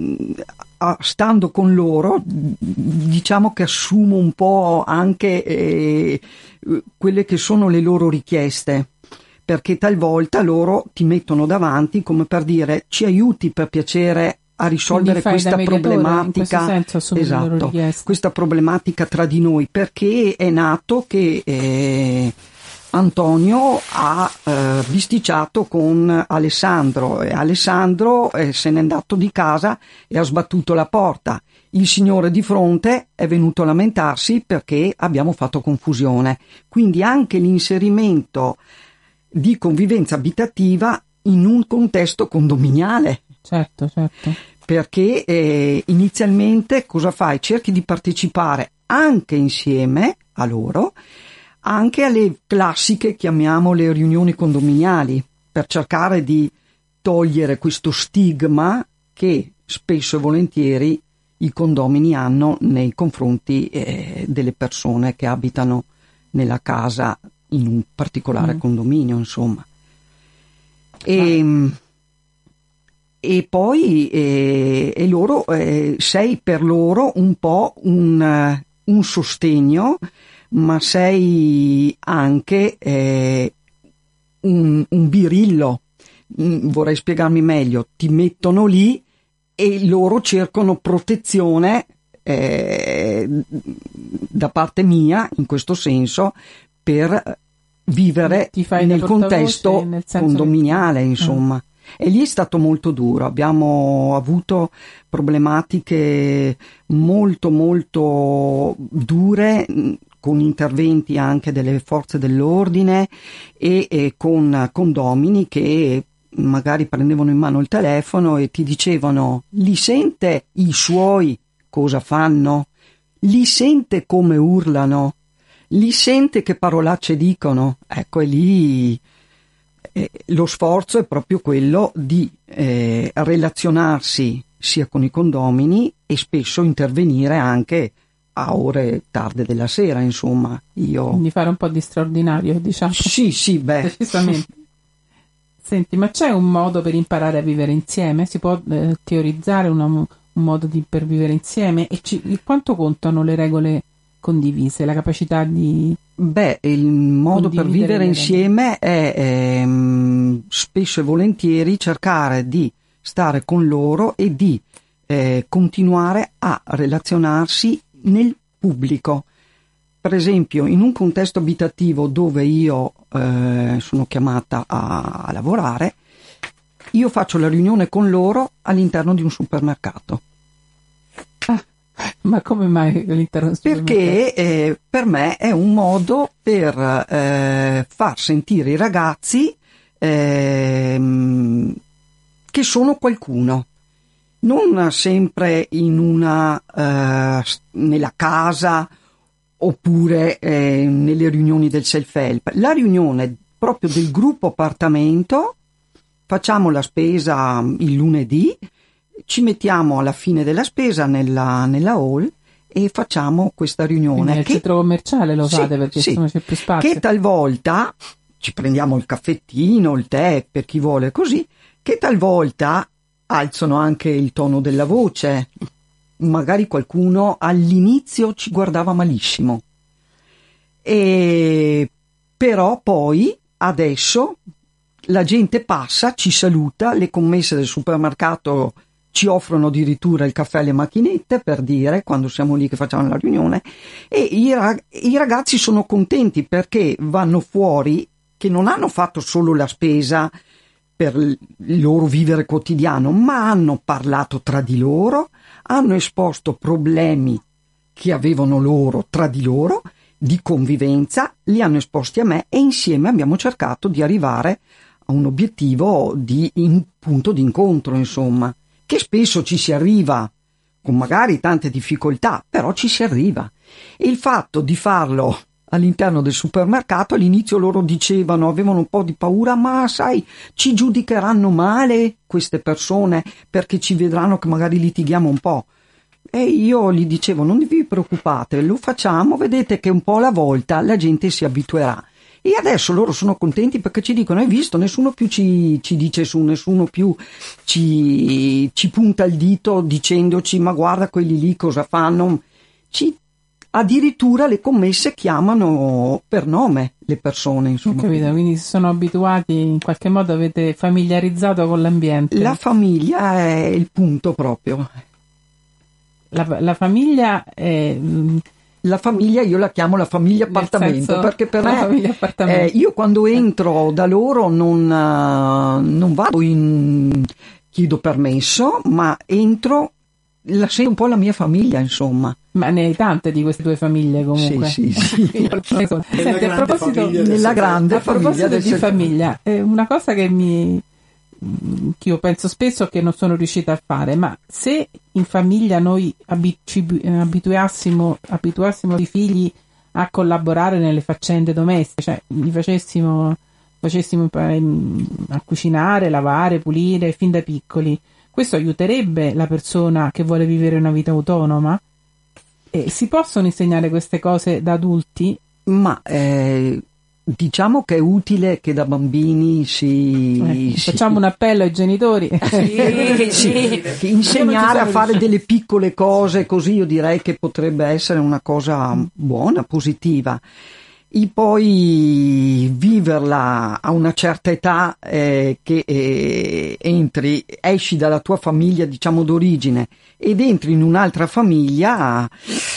stando con loro, diciamo che assumo un po' anche eh, quelle che sono le loro richieste, perché talvolta loro ti mettono davanti come per dire: ci aiuti per piacere a risolvere questa problematica, senso, esatto, questa problematica tra di noi, perché è nato che eh, Antonio ha eh, bisticciato con Alessandro e Alessandro eh, se n'è andato di casa e ha sbattuto la porta. Il signore di fronte è venuto a lamentarsi perché abbiamo fatto confusione. Quindi anche l'inserimento di convivenza abitativa in un contesto condominiale. Certo, certo. Perché eh, inizialmente cosa fai? Cerchi di partecipare anche insieme a loro anche alle classiche, chiamiamole, riunioni condominiali, per cercare di togliere questo stigma che spesso e volentieri i condomini hanno nei confronti eh, delle persone che abitano nella casa in un particolare mm. condominio, insomma. E, ah. e poi eh, e loro eh, sei per loro un po' un, un sostegno, ma sei anche eh, un, un birillo. Mm, vorrei spiegarmi meglio: ti mettono lì e loro cercano protezione eh, da parte mia, in questo senso, per vivere nel contesto nel condominiale, che... insomma. Mm. E lì è stato molto duro, abbiamo avuto problematiche molto molto dure, con interventi anche delle forze dell'ordine e, e con condomini che magari prendevano in mano il telefono e ti dicevano: li sente i suoi cosa fanno? Li sente come urlano? Li sente che parolacce dicono? Ecco, e lì eh, lo sforzo è proprio quello di eh, relazionarsi sia con i condomini e spesso intervenire anche a ore tarde della sera, insomma. Io... Quindi fare un po' di straordinario, diciamo. Sì, sì, beh. Precisamente. Senti, ma c'è un modo per imparare a vivere insieme? Si può eh, teorizzare una, un modo di, per vivere insieme? E ci, quanto contano le regole condivise, la capacità di... Beh, il modo per vivere insieme è ehm, spesso e volentieri cercare di stare con loro e di eh, continuare a relazionarsi nel pubblico. Per esempio, in un contesto abitativo dove io eh, sono chiamata a, a lavorare, io faccio la riunione con loro all'interno di un supermercato. Ah, ma come mai all'interno di un supermercato? Perché eh, per me è un modo per eh, far sentire i ragazzi eh, che sono qualcuno. Non sempre in una eh, nella casa oppure eh, nelle riunioni del self-help. La riunione proprio del gruppo appartamento, facciamo la spesa il lunedì, ci mettiamo alla fine della spesa nella, nella hall e facciamo questa riunione. Quindi nel che, centro commerciale lo fate, sì, perché sì, insomma c'è più spazio. Che talvolta ci prendiamo il caffettino, il tè per chi vuole così, che talvolta alzano anche il tono della voce. Magari qualcuno all'inizio ci guardava malissimo, e però poi adesso la gente passa, ci saluta, le commesse del supermercato ci offrono addirittura il caffè alle macchinette, per dire, quando siamo lì che facciamo la riunione, e i, rag- i ragazzi sono contenti perché vanno fuori che non hanno fatto solo la spesa per il loro vivere quotidiano, ma hanno parlato tra di loro, hanno esposto problemi che avevano loro tra di loro, di convivenza, li hanno esposti a me e insieme abbiamo cercato di arrivare a un obiettivo di in, punto di incontro, insomma, che spesso ci si arriva con magari tante difficoltà, però ci si arriva. E il fatto di farlo all'interno del supermercato, all'inizio loro dicevano, avevano un po' di paura, ma sai, ci giudicheranno male queste persone perché ci vedranno che magari litighiamo un po'. E io gli dicevo, non vi preoccupate, lo facciamo, vedete che un po' alla volta la gente si abituerà. E adesso loro sono contenti perché ci dicono, hai visto, nessuno più ci, ci dice su, nessuno più ci, ci punta il dito dicendoci, ma guarda quelli lì cosa fanno. Ci Addirittura le commesse chiamano per nome le persone, insomma. Ho capito, quindi si sono abituati, in qualche modo avete familiarizzato con l'ambiente. La famiglia è il punto proprio. La, la famiglia è... La famiglia io la chiamo la famiglia appartamento, senso, perché per me eh, io quando entro da loro non, uh, non vado in chiedo permesso, ma entro, la sento un po' la mia famiglia, insomma. Ma ne hai tante di queste tue famiglie comunque. Sì, sì, sì. Senti, a proposito, nella grande a proposito famiglia di famiglia, è una cosa che mi che io penso spesso che non sono riuscita a fare, ma se in famiglia noi abi, ci abituassimo, abituassimo i figli a collaborare nelle faccende domestiche, cioè li facessimo, facessimo a cucinare, lavare, pulire fin da piccoli, questo aiuterebbe la persona che vuole vivere una vita autonoma? E si possono insegnare queste cose da adulti? Ma eh, diciamo che è utile che da bambini si... Eh, si... Facciamo un appello ai genitori. Sì, sì. Sì. Insegnare a fare delle piccole cose, così io direi che potrebbe essere una cosa buona, positiva. E poi viverla a una certa età, eh, che eh, entri, esci dalla tua famiglia, diciamo, d'origine ed entri in un'altra famiglia,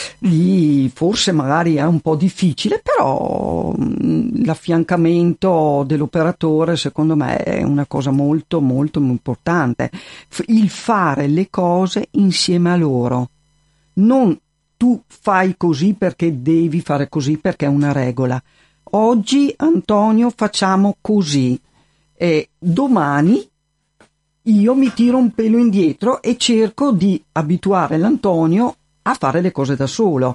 lì forse magari è un po' difficile, però mh, l'affiancamento dell'operatore secondo me è una cosa molto molto importante, il fare le cose insieme a loro, non tu fai così perché devi fare così perché è una regola. Oggi, Antonio, facciamo così e domani io mi tiro un pelo indietro e cerco di abituare l'Antonio a fare le cose da solo.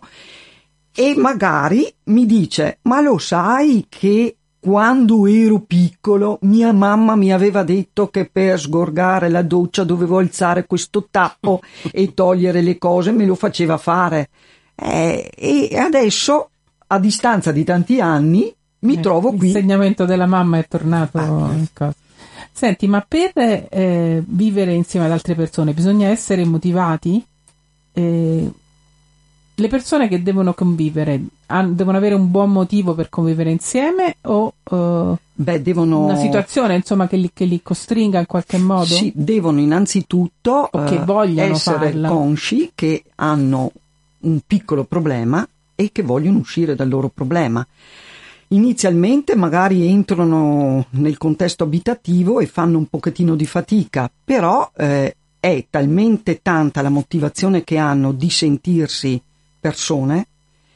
E magari mi dice, ma lo sai che quando ero piccolo mia mamma mi aveva detto che per sgorgare la doccia dovevo alzare questo tappo e togliere le cose, me lo faceva fare. Eh, e adesso, a distanza di tanti anni, mi eh, trovo qui. L'insegnamento della mamma è tornato ah. in cosa. Senti, ma per eh, vivere insieme ad altre persone bisogna essere motivati? Eh, le persone che devono convivere han, devono avere un buon motivo per convivere insieme o uh, Beh, devono... una situazione insomma che li, che li costringa in qualche modo? Sì, devono innanzitutto o che vogliono essere farla. consci che hanno un piccolo problema e che vogliono uscire dal loro problema. Inizialmente magari entrano nel contesto abitativo e fanno un pochettino di fatica, però eh, è talmente tanta la motivazione che hanno di sentirsi persone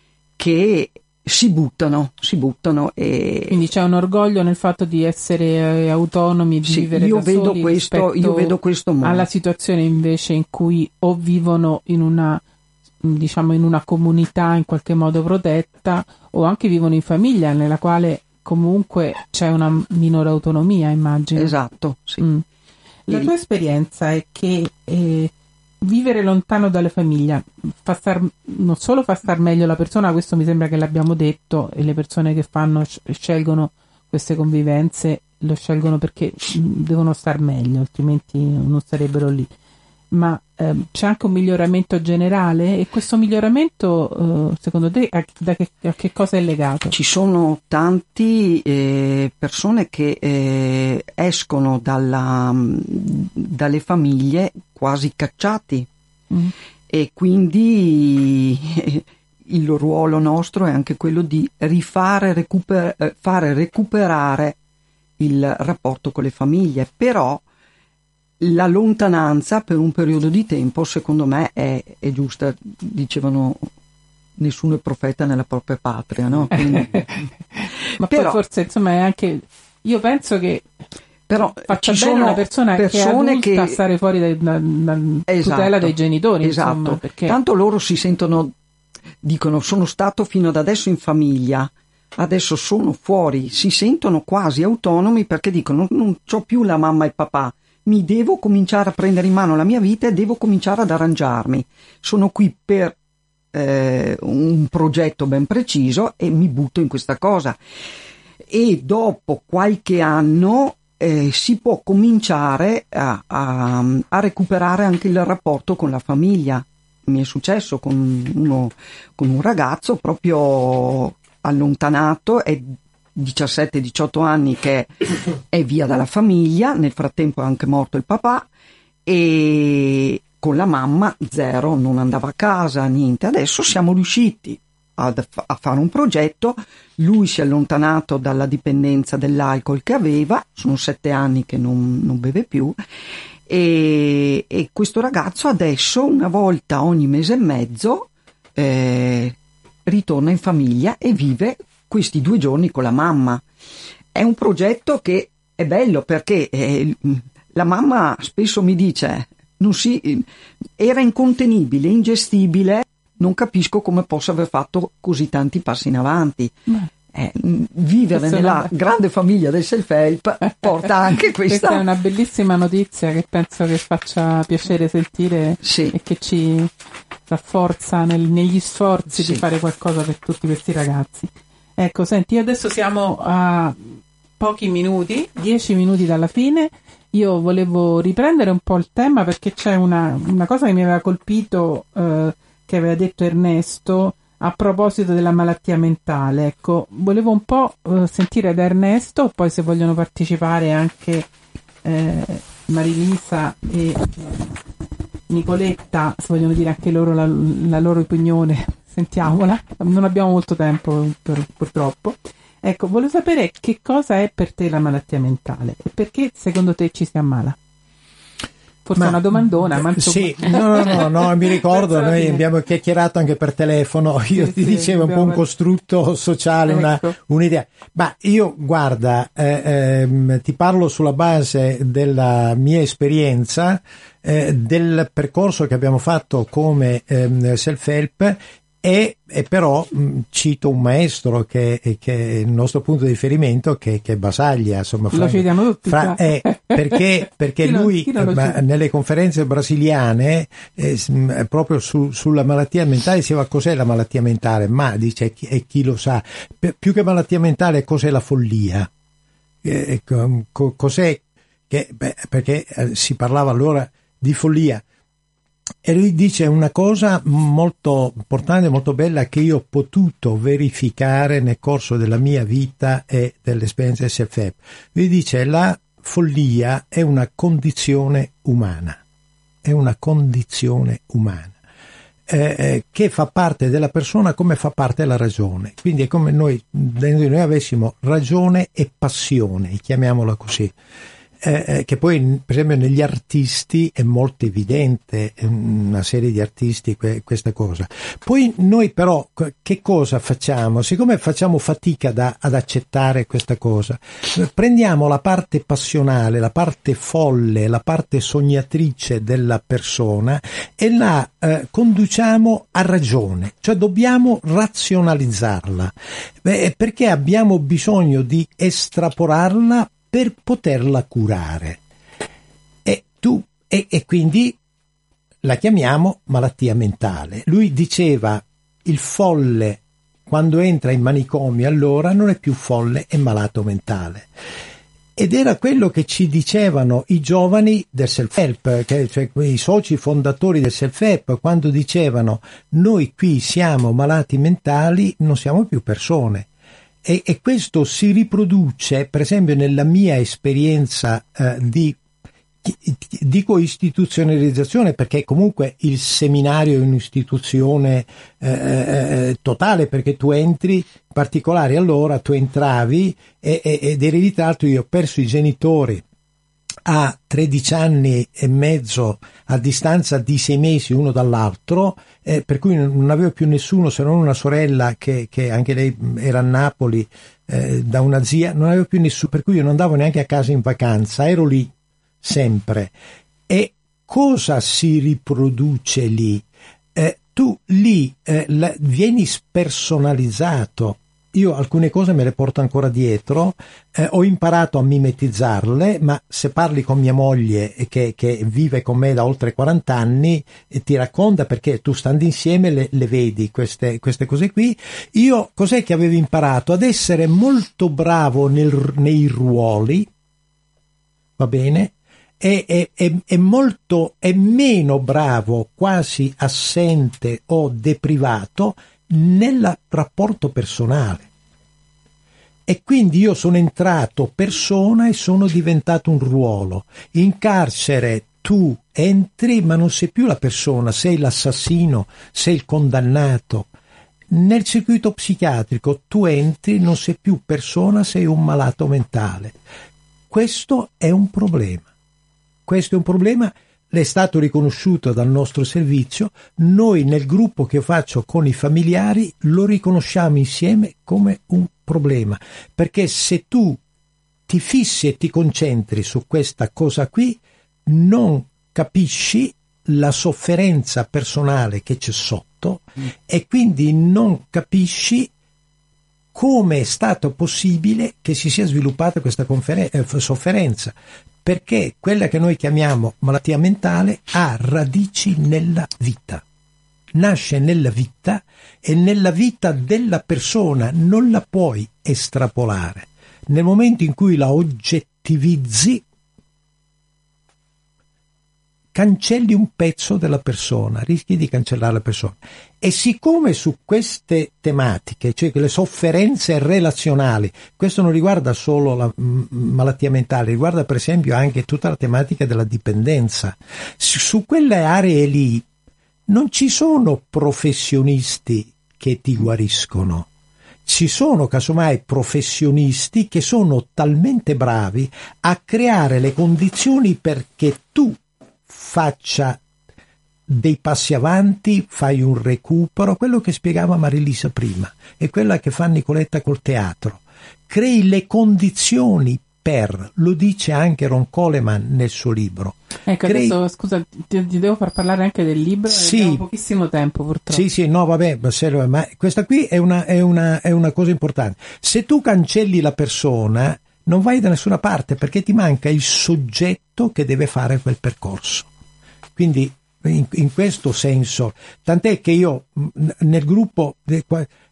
che si buttano, si buttano e... Quindi c'è un orgoglio nel fatto di essere eh, autonomi, di sì, vivere io da vedo soli questo, io vedo questo modo. alla situazione invece in cui o vivono in una diciamo in una comunità in qualche modo protetta o anche vivono in famiglia nella quale comunque c'è una minore autonomia, immagino. Esatto, sì. Mm. La E... tua esperienza è che eh, vivere lontano dalle famiglie fa star, non solo fa star meglio la persona, questo mi sembra che l'abbiamo detto, e le persone che fanno scelgono queste convivenze lo scelgono perché devono star meglio, altrimenti non sarebbero lì. Ma eh, c'è anche un miglioramento generale e questo miglioramento eh, secondo te a, da che, a che cosa è legato? Ci sono tanti eh, persone che eh, escono dalla, dalle famiglie quasi cacciati mm. e quindi eh, il ruolo nostro è anche quello di rifare recuper- eh, fare recuperare il rapporto con le famiglie, però la lontananza per un periodo di tempo secondo me è, è giusta, dicevano nessuno è profeta nella propria patria, no? Quindi, ma però, poi forse insomma è anche, io penso che però faccia ci bene sono una persona che è adulta che... a stare fuori dai, da, da esatto, tutela dei genitori, esatto. insomma, perché... tanto loro si sentono, dicono sono stato fino ad adesso in famiglia, adesso sono fuori, si sentono quasi autonomi perché dicono non c'ho più la mamma e papà, mi devo cominciare a prendere in mano la mia vita e devo cominciare ad arrangiarmi. Sono qui per eh, un progetto ben preciso e mi butto in questa cosa. E dopo qualche anno eh, si può cominciare a, a, a recuperare anche il rapporto con la famiglia. Mi è successo con, uno, con un ragazzo proprio allontanato, è diciassette diciotto anni che è via dalla famiglia, nel frattempo è anche morto il papà e con la mamma zero, non andava a casa, niente. Adesso siamo riusciti ad, a fare un progetto, lui si è allontanato dalla dipendenza dell'alcol che aveva, sono sette anni che non, non beve più e, e questo ragazzo adesso una volta ogni mese e mezzo eh, ritorna in famiglia e vive questi due giorni con la mamma. È un progetto che è bello perché eh, la mamma spesso mi dice non si, era incontenibile, ingestibile, non capisco come possa aver fatto così tanti passi in avanti. Eh, vivere Questa nella una... grande famiglia del self-help porta anche questa. Questa è una bellissima notizia che penso che faccia piacere sentire sì. e che ci rafforza nel, negli sforzi sì. di fare qualcosa per tutti questi ragazzi. Ecco, senti, adesso siamo a pochi minuti, dieci minuti dalla fine. Io volevo riprendere un po' il tema perché c'è una, una cosa che mi aveva colpito eh, che aveva detto Ernesto a proposito della malattia mentale. Ecco, volevo un po' eh, sentire da Ernesto, poi se vogliono partecipare anche eh, Marilisa e eh, Nicoletta, se vogliono dire anche loro la, la loro opinione. Sentiamola, non abbiamo molto tempo per, purtroppo. Ecco, volevo sapere che cosa è per te la malattia mentale e perché secondo te ci si ammala? Forse ma, una domandona, ma insomma... Sì, no, no, no, no mi ricordo, noi abbiamo chiacchierato anche per telefono, io sì, ti sì, dicevo un po' un costrutto sociale, ecco. una, un'idea. Ma io, guarda, eh, eh, ti parlo sulla base della mia esperienza, eh, del percorso che abbiamo fatto come eh, self-help. E, e però mh, cito un maestro che, che è il nostro punto di riferimento che, che è Basaglia, insomma, fra, lo citiamo tutti, fra, eh, perché, perché lui non, ma, nelle conferenze brasiliane eh, proprio su, sulla malattia mentale diceva cos'è la malattia mentale, ma dice e chi lo sa, P- più che malattia mentale cos'è la follia, eh, co- cos'è che, beh, perché eh, si parlava allora di follia. E lui dice una cosa molto importante, molto bella, che io ho potuto verificare nel corso della mia vita e dell'esperienza del self-help. Lui dice: la follia è una condizione umana, è una condizione umana, eh, eh, che fa parte della persona come fa parte della ragione. Quindi è come noi, dentro di noi avessimo ragione e passione, chiamiamola così. Eh, che poi per esempio negli artisti è molto evidente, una serie di artisti que- questa cosa. Poi noi però che cosa facciamo? Siccome facciamo fatica da, ad accettare questa cosa, prendiamo la parte passionale, la parte folle, la parte sognatrice della persona e la eh, conduciamo a ragione, cioè dobbiamo razionalizzarla. Beh, perché abbiamo bisogno di estrapolarla per poterla curare, e tu e, e quindi la chiamiamo malattia mentale. Lui diceva: il folle quando entra in manicomio allora non è più folle, è malato mentale. Ed era quello che ci dicevano i giovani del self-help, che, cioè i soci fondatori del self-help, quando dicevano: noi qui siamo malati mentali, non siamo più persone. E, e questo si riproduce, per esempio, nella mia esperienza eh, di, dico istituzionalizzazione, perché comunque il seminario è un'istituzione eh, eh, totale, perché tu entri, in particolare allora tu entravi e, e, ed eri ritratto. Io ho perso i genitori a tredici anni e mezzo, a distanza di sei mesi uno dall'altro, eh, per cui non avevo più nessuno se non una sorella che, che anche lei era a Napoli eh, da una zia, non avevo più nessuno, per cui io non andavo neanche a casa in vacanza, ero lì sempre. E cosa si riproduce lì? Eh, tu lì eh, la, vieni spersonalizzato. Io alcune cose me le porto ancora dietro, eh, ho imparato a mimetizzarle, ma se parli con mia moglie che, che vive con me da oltre quaranta anni e ti racconta, perché tu stando insieme le, le vedi queste, queste cose qui. Io cos'è che avevo imparato? Ad essere molto bravo nel, nei ruoli, va bene? E, e, e, e molto e meno bravo, quasi assente o deprivato nel rapporto personale. E quindi io sono entrato persona e sono diventato un ruolo. In carcere tu entri ma non sei più la persona, sei l'assassino, sei il condannato. Nel circuito psichiatrico tu entri, non sei più persona, sei un malato mentale. Questo è un problema. Questo è un problema. È stato riconosciuto dal nostro servizio. Noi nel gruppo che faccio con i familiari lo riconosciamo insieme come un problema, perché se tu ti fissi e ti concentri su questa cosa qui non capisci la sofferenza personale che c'è sotto mm. e quindi non capisci come è stato possibile che si sia sviluppata questa conferen- eh, sofferenza, perché quella che noi chiamiamo malattia mentale ha radici nella vita, nasce nella vita e nella vita della persona, non la puoi estrapolare. Nel momento in cui la oggettivizzi, cancelli un pezzo della persona, rischi di cancellare la persona. E siccome su queste tematiche, cioè le sofferenze relazionali, questo non riguarda solo la m- malattia mentale, riguarda per esempio anche tutta la tematica della dipendenza, su, su quelle aree lì non ci sono professionisti che ti guariscono. Ci sono casomai professionisti che sono talmente bravi a creare le condizioni perché tu faccia dei passi avanti, fai un recupero, quello che spiegava Marilisa prima e quella che fa Nicoletta col teatro. Crei le condizioni per, lo dice anche Ron Coleman nel suo libro. Ecco, Crei... adesso scusa, ti, ti devo far parlare anche del libro, sì. Abbiamo pochissimo tempo purtroppo. Sì, sì, no, vabbè, ma questa qui è una, è una, è una cosa importante. Se tu cancelli la persona, non vai da nessuna parte, perché ti manca il soggetto che deve fare quel percorso. Quindi in, in questo senso, tant'è che io nel gruppo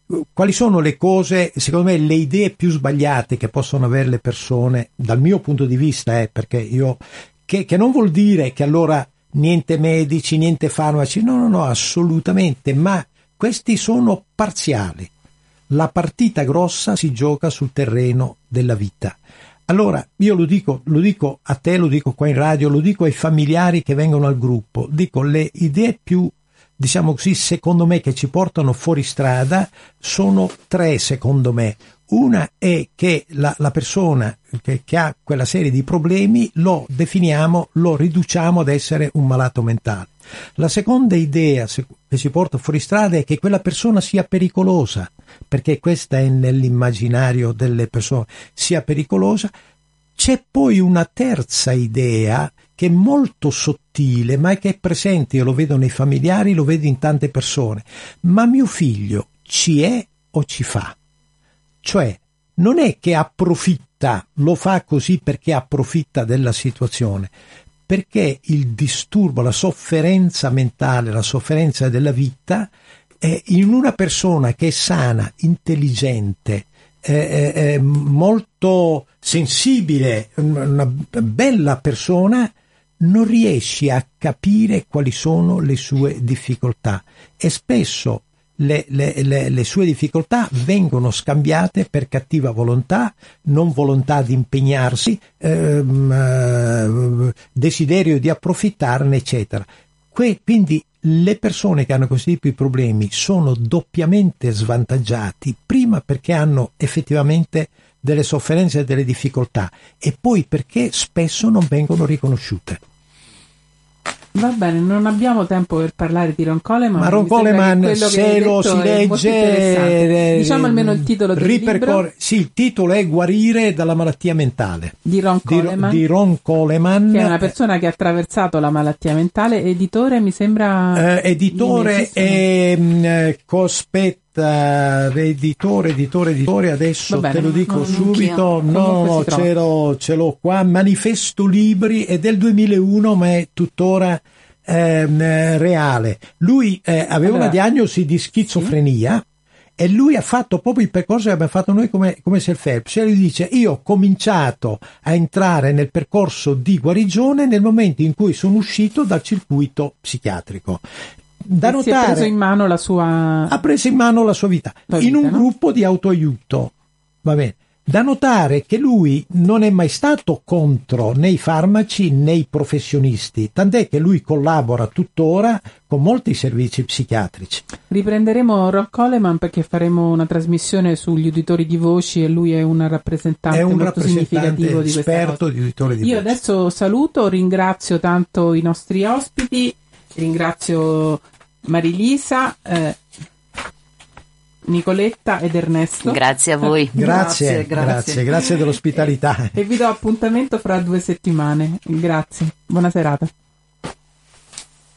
quali sono le cose, secondo me, le idee più sbagliate che possono avere le persone, dal mio punto di vista, eh, perché io, che, che non vuol dire che allora niente medici, niente farmaci, no, no, no, assolutamente, ma questi sono parziali. La partita grossa si gioca sul terreno della vita. Allora, io lo dico, lo dico a te, lo dico qua in radio, lo dico ai familiari che vengono al gruppo, dico le idee più, diciamo così, secondo me, che ci portano fuori strada sono tre, secondo me. Una è che la, la persona che, che ha quella serie di problemi lo definiamo, lo riduciamo ad essere un malato mentale. La seconda idea che ci porta fuori strada è che quella persona sia pericolosa, perché questa è nell'immaginario delle persone, sia pericolosa. C'è poi una terza idea che è molto sottile, ma che è presente, io lo vedo nei familiari, lo vedo in tante persone. Ma mio figlio ci è o ci fa? Cioè, non è che approfitta, lo fa così perché approfitta della situazione, perché il disturbo, la sofferenza mentale, la sofferenza della vita, eh, in una persona che è sana, intelligente, eh, eh, molto sensibile, una bella persona, non riesci a capire quali sono le sue difficoltà e spesso Le, le, le, le sue difficoltà vengono scambiate per cattiva volontà, non volontà di impegnarsi, ehm, eh, desiderio di approfittarne, eccetera. Que, quindi le persone che hanno questi tipi di problemi sono doppiamente svantaggiati, prima perché hanno effettivamente delle sofferenze e delle difficoltà e poi perché spesso non vengono riconosciute. Va bene, non abbiamo tempo per parlare di Ron Coleman. Ma Ron Coleman, se lo si legge, diciamo almeno il titolo del libro. Sì, il titolo è Guarire dalla malattia mentale di Ron Coleman, di, di Ron Coleman, che è una persona che ha attraversato la malattia mentale. Editore, mi sembra. Eh, editore è eh, Cospetta, editore, editore, editore. Adesso bene, te lo dico non, subito. No, no, ce l'ho, ce l'ho qua. Manifesto Libri, è del duemilauno, ma è tuttora eh, reale. Lui eh, aveva allora, una diagnosi di schizofrenia. Sì? E lui ha fatto proprio il percorso che abbiamo fatto noi come, come self-help. Cioè lui dice, io ho cominciato a entrare nel percorso di guarigione nel momento in cui sono uscito dal circuito psichiatrico. Da notare, si è preso in mano la sua... Ha preso in mano la sua vita, la in vita, un no? gruppo di autoaiuto. Va bene. Da notare che lui non è mai stato contro né i farmaci né i professionisti, tant'è che lui collabora tuttora con molti servizi psichiatrici. Riprenderemo Ron Coleman perché faremo una trasmissione sugli uditori di voci e lui è un rappresentante è un molto rappresentante significativo di questa esperto cosa. Di uditori di Io voci. adesso saluto, ringrazio tanto i nostri ospiti, ringrazio Marilisa, eh, Nicoletta ed Ernesto. Grazie a voi. Grazie, grazie, grazie, grazie dell'ospitalità. E vi do appuntamento fra due settimane. Grazie, buona serata.